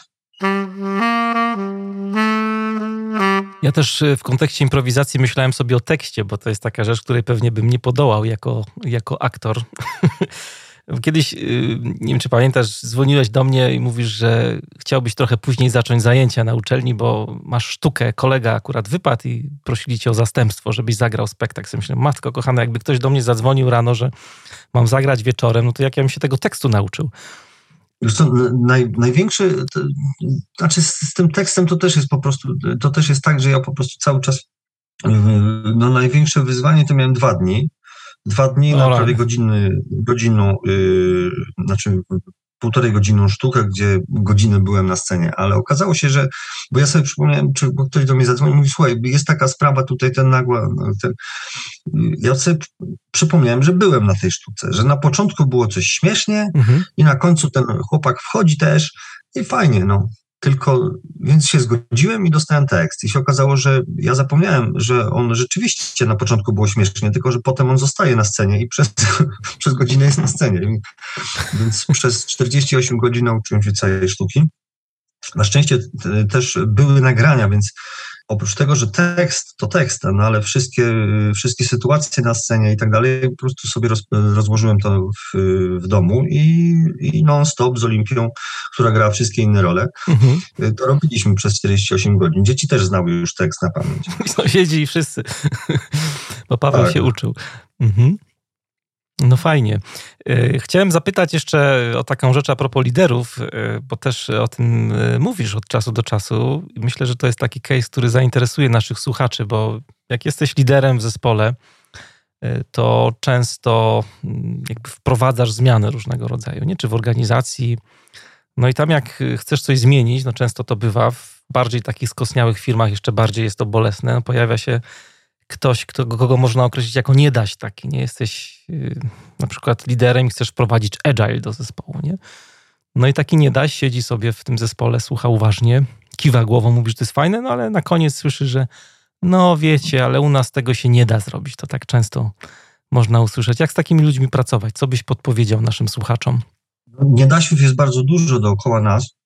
Ja też w kontekście improwizacji myślałem sobie o tekście, bo to jest taka rzecz, której pewnie bym nie podołał jako aktor. Kiedyś, nie wiem czy pamiętasz, dzwoniłeś do mnie i mówisz, że chciałbyś trochę później zacząć zajęcia na uczelni, bo masz sztukę, kolega akurat wypadł i prosili cię o zastępstwo, żebyś zagrał spektakl. Ja myślę, matko kochana, jakby ktoś do mnie zadzwonił rano, że mam zagrać wieczorem, no to jak ja bym się tego tekstu nauczył? Już co, największy, znaczy z tym tekstem to też jest po prostu, to też jest tak, że ja po prostu cały czas, no największe wyzwanie to miałem 2 dni. 2 dni na prawie godzinną, znaczy 1,5-godzinną sztukę, gdzie godzinę byłem na scenie, ale okazało się, że, bo ja sobie przypomniałem, bo ktoś do mnie zadzwonił i mówi, słuchaj, jest taka sprawa tutaj, ja sobie przypomniałem, że byłem na tej sztuce, że na początku było coś śmiesznie i na końcu ten chłopak wchodzi też i fajnie, no. Tylko, więc się zgodziłem i dostałem tekst. I się okazało, że ja zapomniałem, że on rzeczywiście na początku było śmiesznie, tylko że potem on zostaje na scenie i przez godzinę jest na scenie. Więc przez 48 godzin nauczyłem się całej sztuki. Na szczęście też były nagrania, więc oprócz tego, że tekst to tekst, no ale wszystkie sytuacje na scenie i tak dalej, po prostu sobie rozłożyłem to w domu i non-stop z Olimpią, która grała wszystkie inne role, to robiliśmy przez 48 godzin. Dzieci też znały już tekst na pamięć. Sąsiedzi i wszyscy, bo Paweł się uczył. No fajnie. Chciałem zapytać jeszcze o taką rzecz a propos liderów, bo też o tym mówisz od czasu do czasu. Myślę, że to jest taki case, który zainteresuje naszych słuchaczy, bo jak jesteś liderem w zespole, to często jakby wprowadzasz zmiany różnego rodzaju, nie? Czy w organizacji. No i tam jak chcesz coś zmienić, no często to bywa w bardziej takich skostniałych firmach, jeszcze bardziej jest to bolesne. No pojawia się ktoś, kogo można określić jako niedaś taki, nie? Jesteś na przykład liderem i chcesz wprowadzić agile do zespołu, nie? No i taki niedaś siedzi sobie w tym zespole, słucha uważnie, kiwa głową, mówi, że to jest fajne, no ale na koniec słyszy, że no wiecie, ale u nas tego się nie da zrobić. To tak często można usłyszeć. Jak z takimi ludźmi pracować? Co byś podpowiedział naszym słuchaczom? Niedasiów jest bardzo dużo dookoła nas.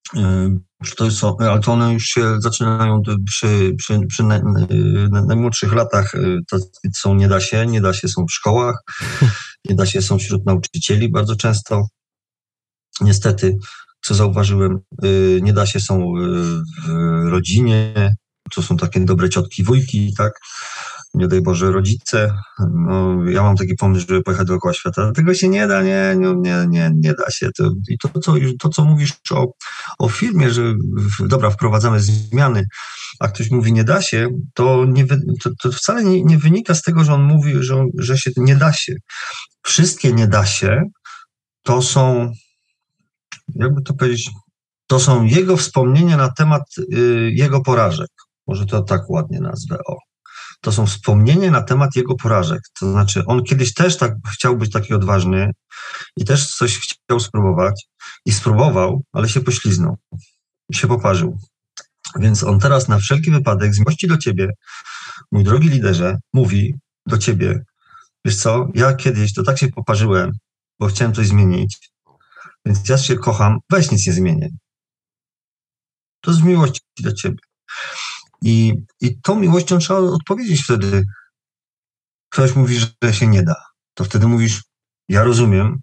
Ale to one już się zaczynają przy najmłodszych latach. To są niedasie są w szkołach, niedasie są wśród nauczycieli bardzo często. Niestety, co zauważyłem, niedasie są w rodzinie, to są takie dobre ciotki, wujki, tak? Nie daj Boże, rodzice. No, ja mam taki pomysł, żeby pojechać dookoła świata. Tego się nie da, nie da się. To co mówisz o firmie, że dobra, wprowadzamy zmiany, a ktoś mówi nie da się, to wcale nie wynika z tego, że on mówi, że się nie da się. Wszystkie nie da się to są, jakby to powiedzieć, to są jego wspomnienia na temat jego porażek. Może to tak ładnie nazwę, To są wspomnienia na temat jego porażek. To znaczy, on kiedyś też tak chciał być taki odważny i też coś chciał spróbować i spróbował, ale się pośliznął i się poparzył. Więc on teraz na wszelki wypadek z miłości do ciebie, mój drogi liderze, mówi do ciebie, wiesz co, ja kiedyś to tak się poparzyłem, bo chciałem coś zmienić, więc ja się kocham, weź nic nie zmienię. To z miłości do ciebie. I tą miłością trzeba odpowiedzieć wtedy. Ktoś mówi, że się nie da. To wtedy mówisz, ja rozumiem,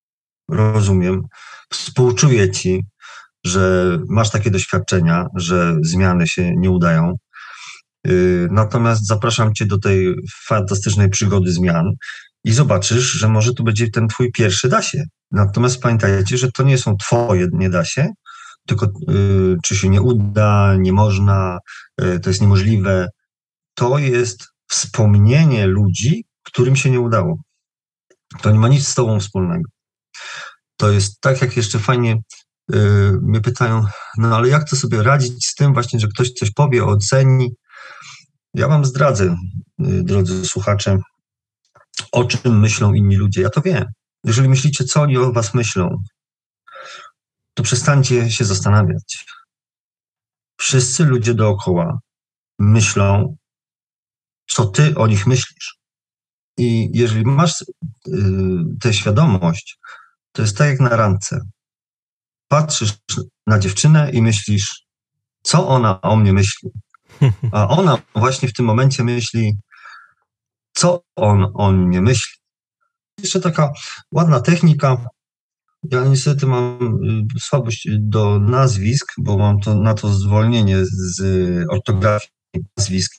współczuję ci, że masz takie doświadczenia, że zmiany się nie udają. Natomiast zapraszam cię do tej fantastycznej przygody zmian i zobaczysz, że może to będzie ten twój pierwszy da się. Natomiast pamiętajcie, że to nie są twoje nie da się, tylko czy się nie uda, nie można, to jest niemożliwe. To jest wspomnienie ludzi, którym się nie udało. To nie ma nic z tobą wspólnego. To jest tak, jak jeszcze fajnie mnie pytają, no ale jak to sobie radzić z tym właśnie, że ktoś coś powie, oceni. Ja wam zdradzę, drodzy słuchacze, o czym myślą inni ludzie. Ja to wiem. Jeżeli myślicie, co oni o was myślą, to przestańcie się zastanawiać. Wszyscy ludzie dookoła myślą, co ty o nich myślisz. I jeżeli masz tę świadomość, to jest tak jak na randce. Patrzysz na dziewczynę i myślisz, co ona o mnie myśli. A ona właśnie w tym momencie myśli, co on o mnie myśli. Jeszcze taka ładna technika. Ja niestety mam słabość do nazwisk, bo mam na to zwolnienie z ortografii nazwisk.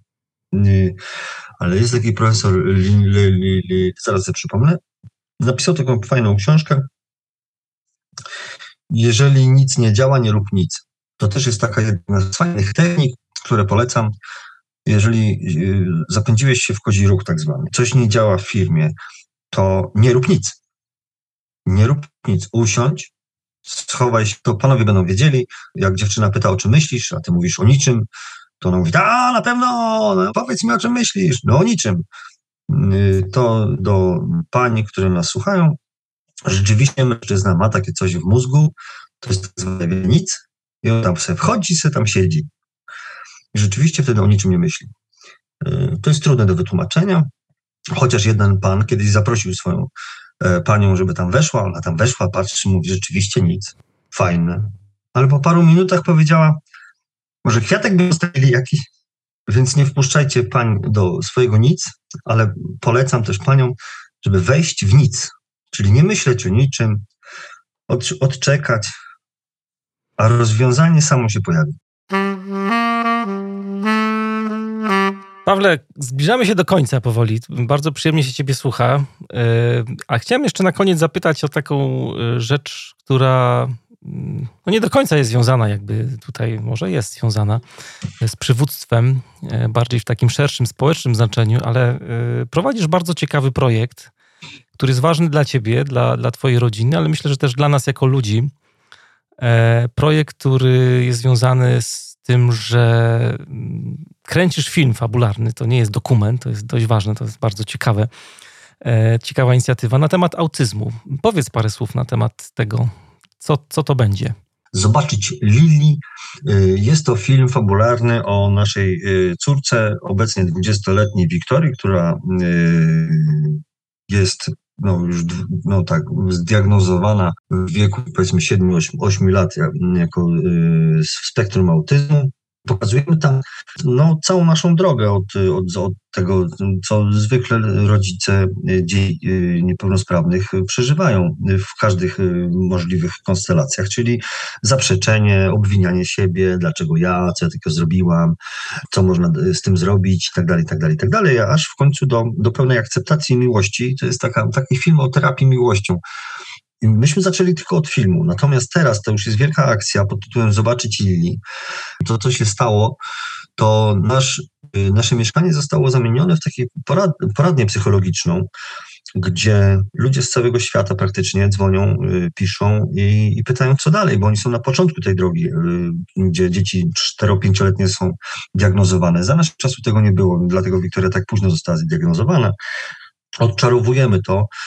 Ale jest taki profesor, zaraz sobie przypomnę, napisał taką fajną książkę jeżeli nic nie działa, nie rób nic. To też jest taka jedna z fajnych technik, które polecam. Jeżeli zapędziłeś się w kozi róg tak zwany, coś nie działa w firmie, to nie rób nic. Nie rób nic. Usiądź, schowaj się, to panowie będą wiedzieli, jak dziewczyna pyta, o czym myślisz, a ty mówisz o niczym, to ona mówi, a na pewno, no, powiedz mi, o czym myślisz. No o niczym. To do pań, które nas słuchają, rzeczywiście mężczyzna ma takie coś w mózgu, to jest tak zwane nic, i on tam sobie wchodzi, sobie tam siedzi. I rzeczywiście wtedy o niczym nie myśli. To jest trudne do wytłumaczenia, chociaż jeden pan kiedyś zaprosił swoją panią, żeby tam weszła, ona tam weszła, patrzy, mówi, rzeczywiście nic, fajne. Ale po paru minutach powiedziała, może kwiatek by zostawili jakiś, więc nie wpuszczajcie pań do swojego nic, ale polecam też paniom, żeby wejść w nic, czyli nie myśleć o niczym, odczekać, a rozwiązanie samo się pojawi. Pawle, zbliżamy się do końca powoli. Bardzo przyjemnie się ciebie słucha. A chciałem jeszcze na koniec zapytać o taką rzecz, która no nie do końca jest związana, jakby tutaj może jest związana z przywództwem, bardziej w takim szerszym społecznym znaczeniu, ale prowadzisz bardzo ciekawy projekt, który jest ważny dla ciebie, dla twojej rodziny, ale myślę, że też dla nas jako ludzi. Projekt, który jest związany z tym, że kręcisz film fabularny, to nie jest dokument, to jest dość ważne, to jest bardzo ciekawe. Ciekawa inicjatywa na temat autyzmu. Powiedz parę słów na temat tego, co to będzie. Zobaczyć Lili. Jest to film fabularny o naszej córce, obecnie 20-letniej Wiktorii, która jest już zdiagnozowana w wieku powiedzmy 7-8 lat jako w spektrum autyzmu. Pokazujemy tam całą naszą drogę od tego, co zwykle rodzice dzieci niepełnosprawnych przeżywają w każdych możliwych konstellacjach, czyli zaprzeczenie, obwinianie siebie, dlaczego ja, co ja tylko zrobiłam, co można z tym zrobić, i tak dalej, aż w końcu do pełnej akceptacji i miłości. To jest taki film o terapii miłością. I myśmy zaczęli tylko od filmu, natomiast teraz to już jest wielka akcja pod tytułem Zobaczyć Lili. To, co się stało, to nasze mieszkanie zostało zamienione w taką poradnię psychologiczną, gdzie ludzie z całego świata praktycznie dzwonią, piszą i pytają, co dalej, bo oni są na początku tej drogi, gdzie dzieci 4-5-letnie są diagnozowane. Za naszych czasów tego nie było, dlatego Wiktoria tak późno została zdiagnozowana. Odczarowujemy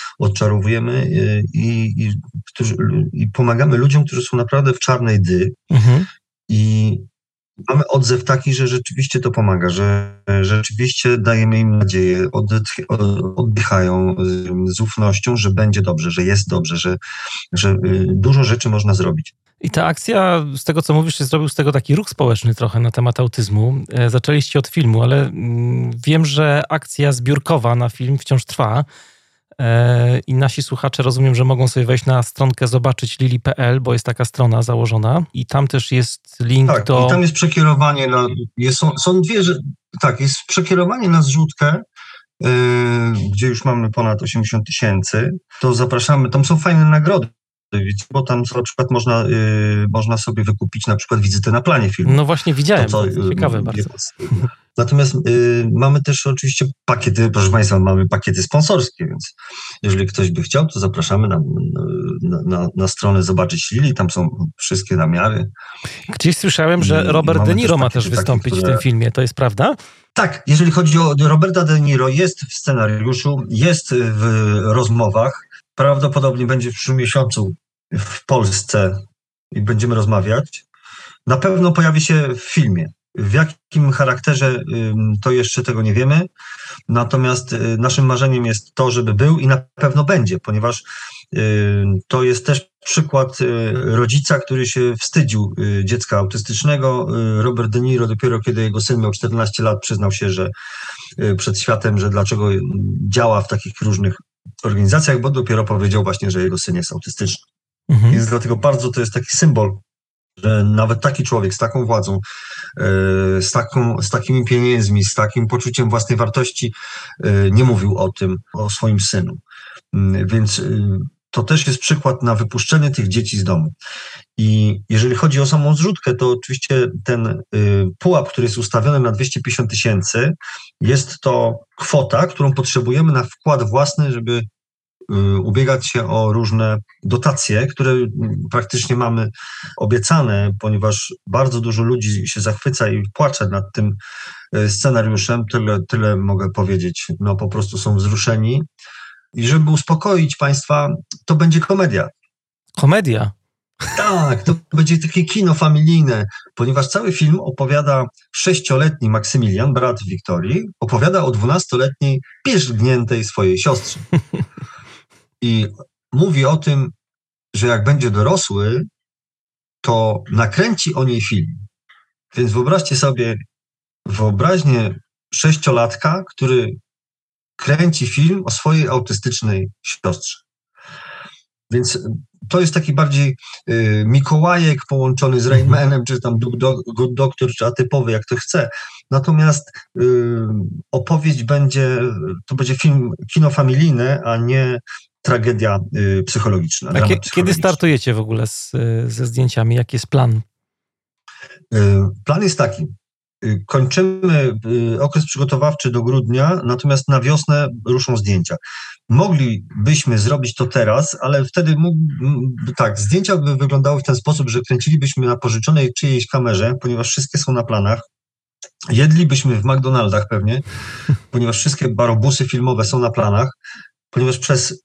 i pomagamy ludziom, którzy są naprawdę w czarnej dy. I mamy odzew taki, że rzeczywiście to pomaga, że rzeczywiście dajemy im nadzieję, oddychają z ufnością, że będzie dobrze, że jest dobrze, że dużo rzeczy można zrobić. I ta akcja, z tego co mówisz, zrobił z tego taki ruch społeczny trochę na temat autyzmu. Zaczęliście od filmu, ale wiem, że akcja zbiórkowa na film wciąż trwa i nasi słuchacze, rozumiem, że mogą sobie wejść na stronkę zobaczyć lili.pl, bo jest taka strona założona i tam też jest link do... i tam jest przekierowanie są dwie, jest przekierowanie na zrzutkę, gdzie już mamy ponad 80 000, to zapraszamy, tam są fajne nagrody, bo tam na przykład można sobie wykupić na przykład wizytę na planie filmu. No właśnie widziałem, to ciekawe bardzo. Natomiast mamy też oczywiście pakiety, proszę Państwa, mamy pakiety sponsorskie, więc jeżeli ktoś by chciał, to zapraszamy na stronę Zobaczyć Lili, tam są wszystkie namiary. Gdzieś słyszałem, że Robert De Niro ma też wystąpić w tym filmie, to jest prawda? Tak, jeżeli chodzi o Roberta De Niro, jest w scenariuszu, jest w rozmowach, prawdopodobnie będzie w przyszłym miesiącu w Polsce i będziemy rozmawiać. Na pewno pojawi się w filmie. W jakim charakterze, to jeszcze tego nie wiemy. Natomiast naszym marzeniem jest to, żeby był i na pewno będzie, ponieważ to jest też przykład rodzica, który się wstydził dziecka autystycznego. Robert De Niro dopiero kiedy jego syn miał 14 lat przyznał się, że przed światem, że dlaczego działa w takich różnych organizacjach, bo dopiero powiedział właśnie, że jego syn jest autystyczny. Więc dlatego bardzo to jest taki symbol, że nawet taki człowiek z taką władzą, z takimi pieniędzmi, z takim poczuciem własnej wartości nie mówił o tym, o swoim synu. Więc to też jest przykład na wypuszczenie tych dzieci z domu. I jeżeli chodzi o samą zrzutkę, to oczywiście ten pułap, który jest ustawiony na 250 000, jest to kwota, którą potrzebujemy na wkład własny, żeby ubiegać się o różne dotacje, które praktycznie mamy obiecane, ponieważ bardzo dużo ludzi się zachwyca i płacze nad tym scenariuszem. Tyle mogę powiedzieć. No po prostu są wzruszeni. I żeby uspokoić Państwa, to będzie komedia. Komedia? Tak, to będzie takie kino familijne, ponieważ cały film opowiada 6-letni Maksymilian, brat Wiktorii, opowiada o 12-letniej pierzgniętej swojej siostrze. I mówi o tym, że jak będzie dorosły, to nakręci o niej film. Więc wyobraźcie sobie wyobraźnię 6-latka, który kręci film o swojej autystycznej siostrze. Więc to jest taki bardziej Mikołajek połączony z Rain Manem, czy tam Good Doctor, czy atypowy, jak to chce. Natomiast opowieść to będzie film, kino familijne, a nie tragedia psychologiczna. Kiedy startujecie w ogóle ze zdjęciami? Jaki jest plan? Plan jest taki. Kończymy okres przygotowawczy do grudnia, natomiast na wiosnę ruszą zdjęcia. Moglibyśmy zrobić to teraz, ale wtedy zdjęcia by wyglądały w ten sposób, że kręcilibyśmy na pożyczonej czyjejś kamerze, ponieważ wszystkie są na planach. Jedlibyśmy w McDonaldach pewnie, ponieważ wszystkie barobusy filmowe są na planach, ponieważ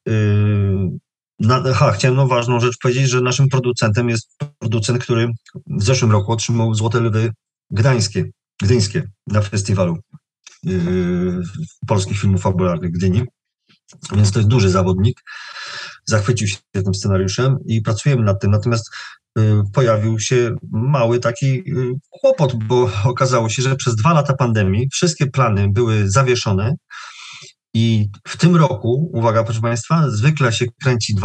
chciałem ważną rzecz powiedzieć, że naszym producentem jest producent, który w zeszłym roku otrzymał Złote Lwy gdyńskie na festiwalu polskich filmów fabularnych w Gdyni. Więc to jest duży zawodnik. Zachwycił się tym scenariuszem i pracujemy nad tym. Natomiast pojawił się mały taki kłopot, bo okazało się, że przez 2 lata pandemii wszystkie plany były zawieszone i w tym roku, uwaga proszę Państwa, zwykle się kręci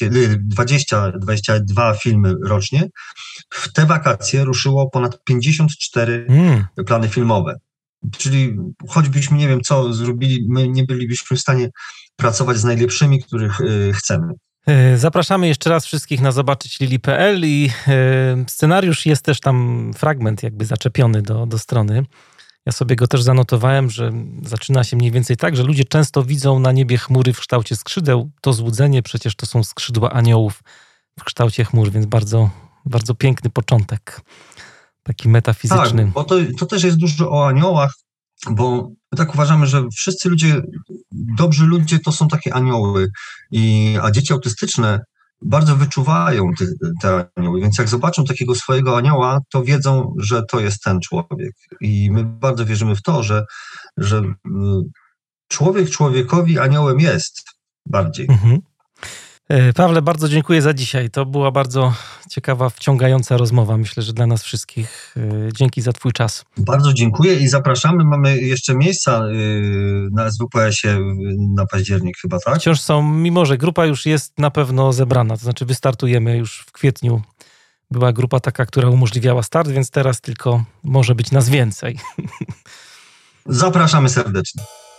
20-22 filmy rocznie. W te wakacje ruszyło ponad 54 plany filmowe. Czyli choćbyśmy nie wiem co zrobili, my nie bylibyśmy w stanie pracować z najlepszymi, których chcemy. Zapraszamy jeszcze raz wszystkich na zobaczyć Lili.pl i scenariusz jest też tam fragment jakby zaczepiony do strony. Ja sobie go też zanotowałem, że zaczyna się mniej więcej tak, że ludzie często widzą na niebie chmury w kształcie skrzydeł. To złudzenie, przecież to są skrzydła aniołów w kształcie chmur, więc bardzo, bardzo piękny początek, taki metafizyczny. Tak, bo to też jest dużo o aniołach, bo my tak uważamy, że wszyscy ludzie, dobrzy ludzie to są takie anioły, a dzieci autystyczne bardzo wyczuwają te anioły, więc jak zobaczą takiego swojego anioła, to wiedzą, że to jest ten człowiek. I my bardzo wierzymy w to, że człowiek człowiekowi aniołem jest bardziej. Pawle, bardzo dziękuję za dzisiaj. To była bardzo ciekawa, wciągająca rozmowa. Myślę, że dla nas wszystkich. Dzięki za Twój czas. Bardzo dziękuję i zapraszamy. Mamy jeszcze miejsca na SWPS-ie na październik chyba, tak? Wciąż są, mimo że grupa już jest na pewno zebrana. To znaczy wystartujemy już w kwietniu. Była grupa taka, która umożliwiała start, więc teraz tylko może być nas więcej. Zapraszamy serdecznie.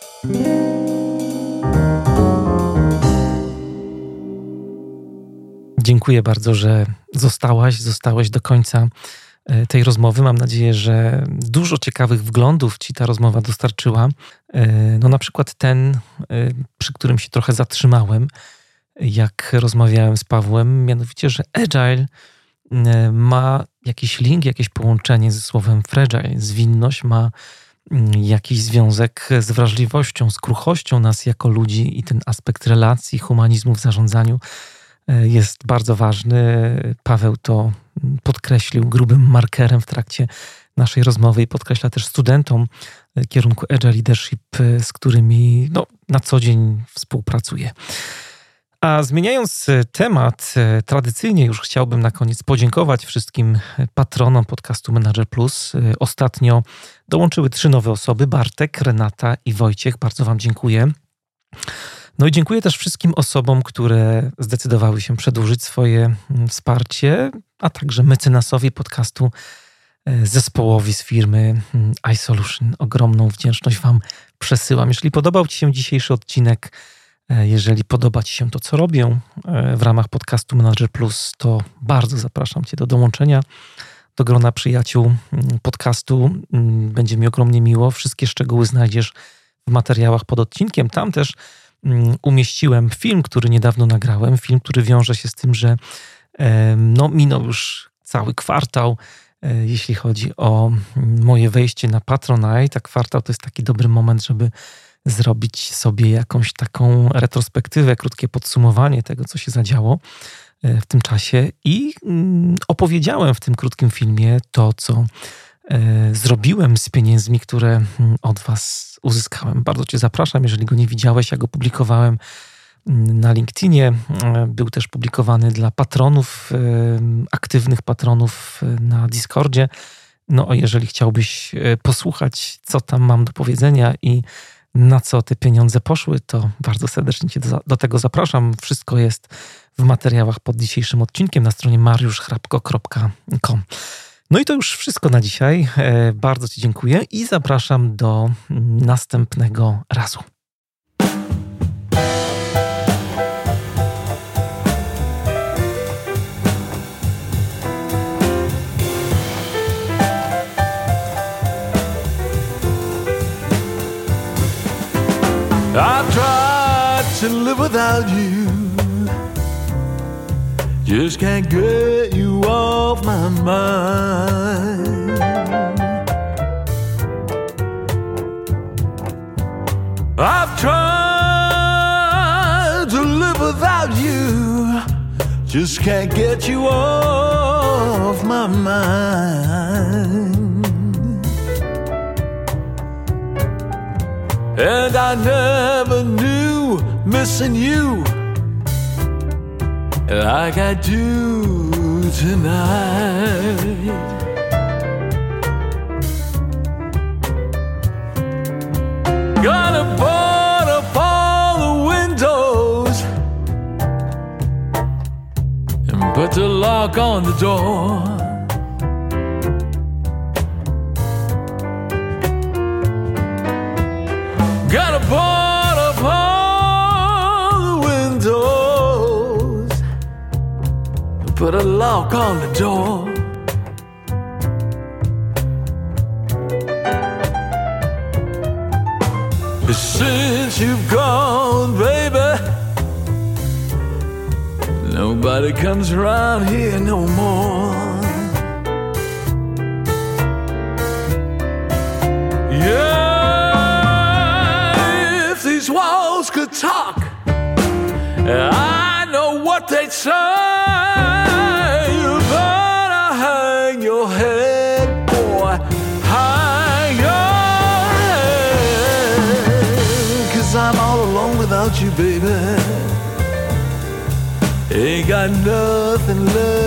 Dziękuję bardzo, że zostałeś do końca tej rozmowy. Mam nadzieję, że dużo ciekawych wglądów Ci ta rozmowa dostarczyła. No na przykład ten, przy którym się trochę zatrzymałem, jak rozmawiałem z Pawłem, mianowicie, że agile ma jakiś link, jakieś połączenie ze słowem fragile. Zwinność ma jakiś związek z wrażliwością, z kruchością nas jako ludzi i ten aspekt relacji, humanizmu w zarządzaniu jest bardzo ważny. Paweł to podkreślił grubym markerem w trakcie naszej rozmowy i podkreśla też studentom kierunku Agile Leadership, z którymi na co dzień współpracuje. A zmieniając temat, tradycyjnie już chciałbym na koniec podziękować wszystkim patronom podcastu Manager Plus. Ostatnio dołączyły 3 nowe osoby, Bartek, Renata i Wojciech. Bardzo Wam dziękuję. No i dziękuję też wszystkim osobom, które zdecydowały się przedłużyć swoje wsparcie, a także mecenasowi podcastu, zespołowi z firmy iSolution. Ogromną wdzięczność Wam przesyłam. Jeżeli podobał Ci się dzisiejszy odcinek, Jeżeli podoba Ci się to, co robię w ramach podcastu Manager Plus, to bardzo zapraszam Cię do dołączenia do grona przyjaciół podcastu. Będzie mi ogromnie miło. Wszystkie szczegóły znajdziesz w materiałach pod odcinkiem. Tam też umieściłem film, który niedawno nagrałem. Film, który wiąże się z tym, że minął już cały kwartał, jeśli chodzi o moje wejście na Patronite. A kwartał to jest taki dobry moment, żeby zrobić sobie jakąś taką retrospektywę, krótkie podsumowanie tego, co się zadziało w tym czasie i opowiedziałem w tym krótkim filmie to, co zrobiłem z pieniędzmi, które od Was uzyskałem. Bardzo Cię zapraszam, jeżeli go nie widziałeś, ja go publikowałem na LinkedInie. Był też publikowany dla patronów, aktywnych patronów na Discordzie. No a jeżeli chciałbyś posłuchać, co tam mam do powiedzenia i na co te pieniądze poszły, to bardzo serdecznie Cię do tego zapraszam. Wszystko jest w materiałach pod dzisiejszym odcinkiem na stronie mariuszchrapko.com. No i to już wszystko na dzisiaj. Bardzo Ci dziękuję i zapraszam do następnego razu. I tried to live without you, just can't get you off my mind. I've tried to live without you, just can't get you off my mind. And I never knew missing you like I do tonight. Got a board up all the windows and put the lock on the door. Got a board up all the windows, put a lock on the door. Since you've gone, baby, nobody comes around here no more. Yeah. These walls could talk, I know what they'd say. You better hang your head, boy, hang your head. 'Cause I'm all alone without you, baby. Ain't got nothing left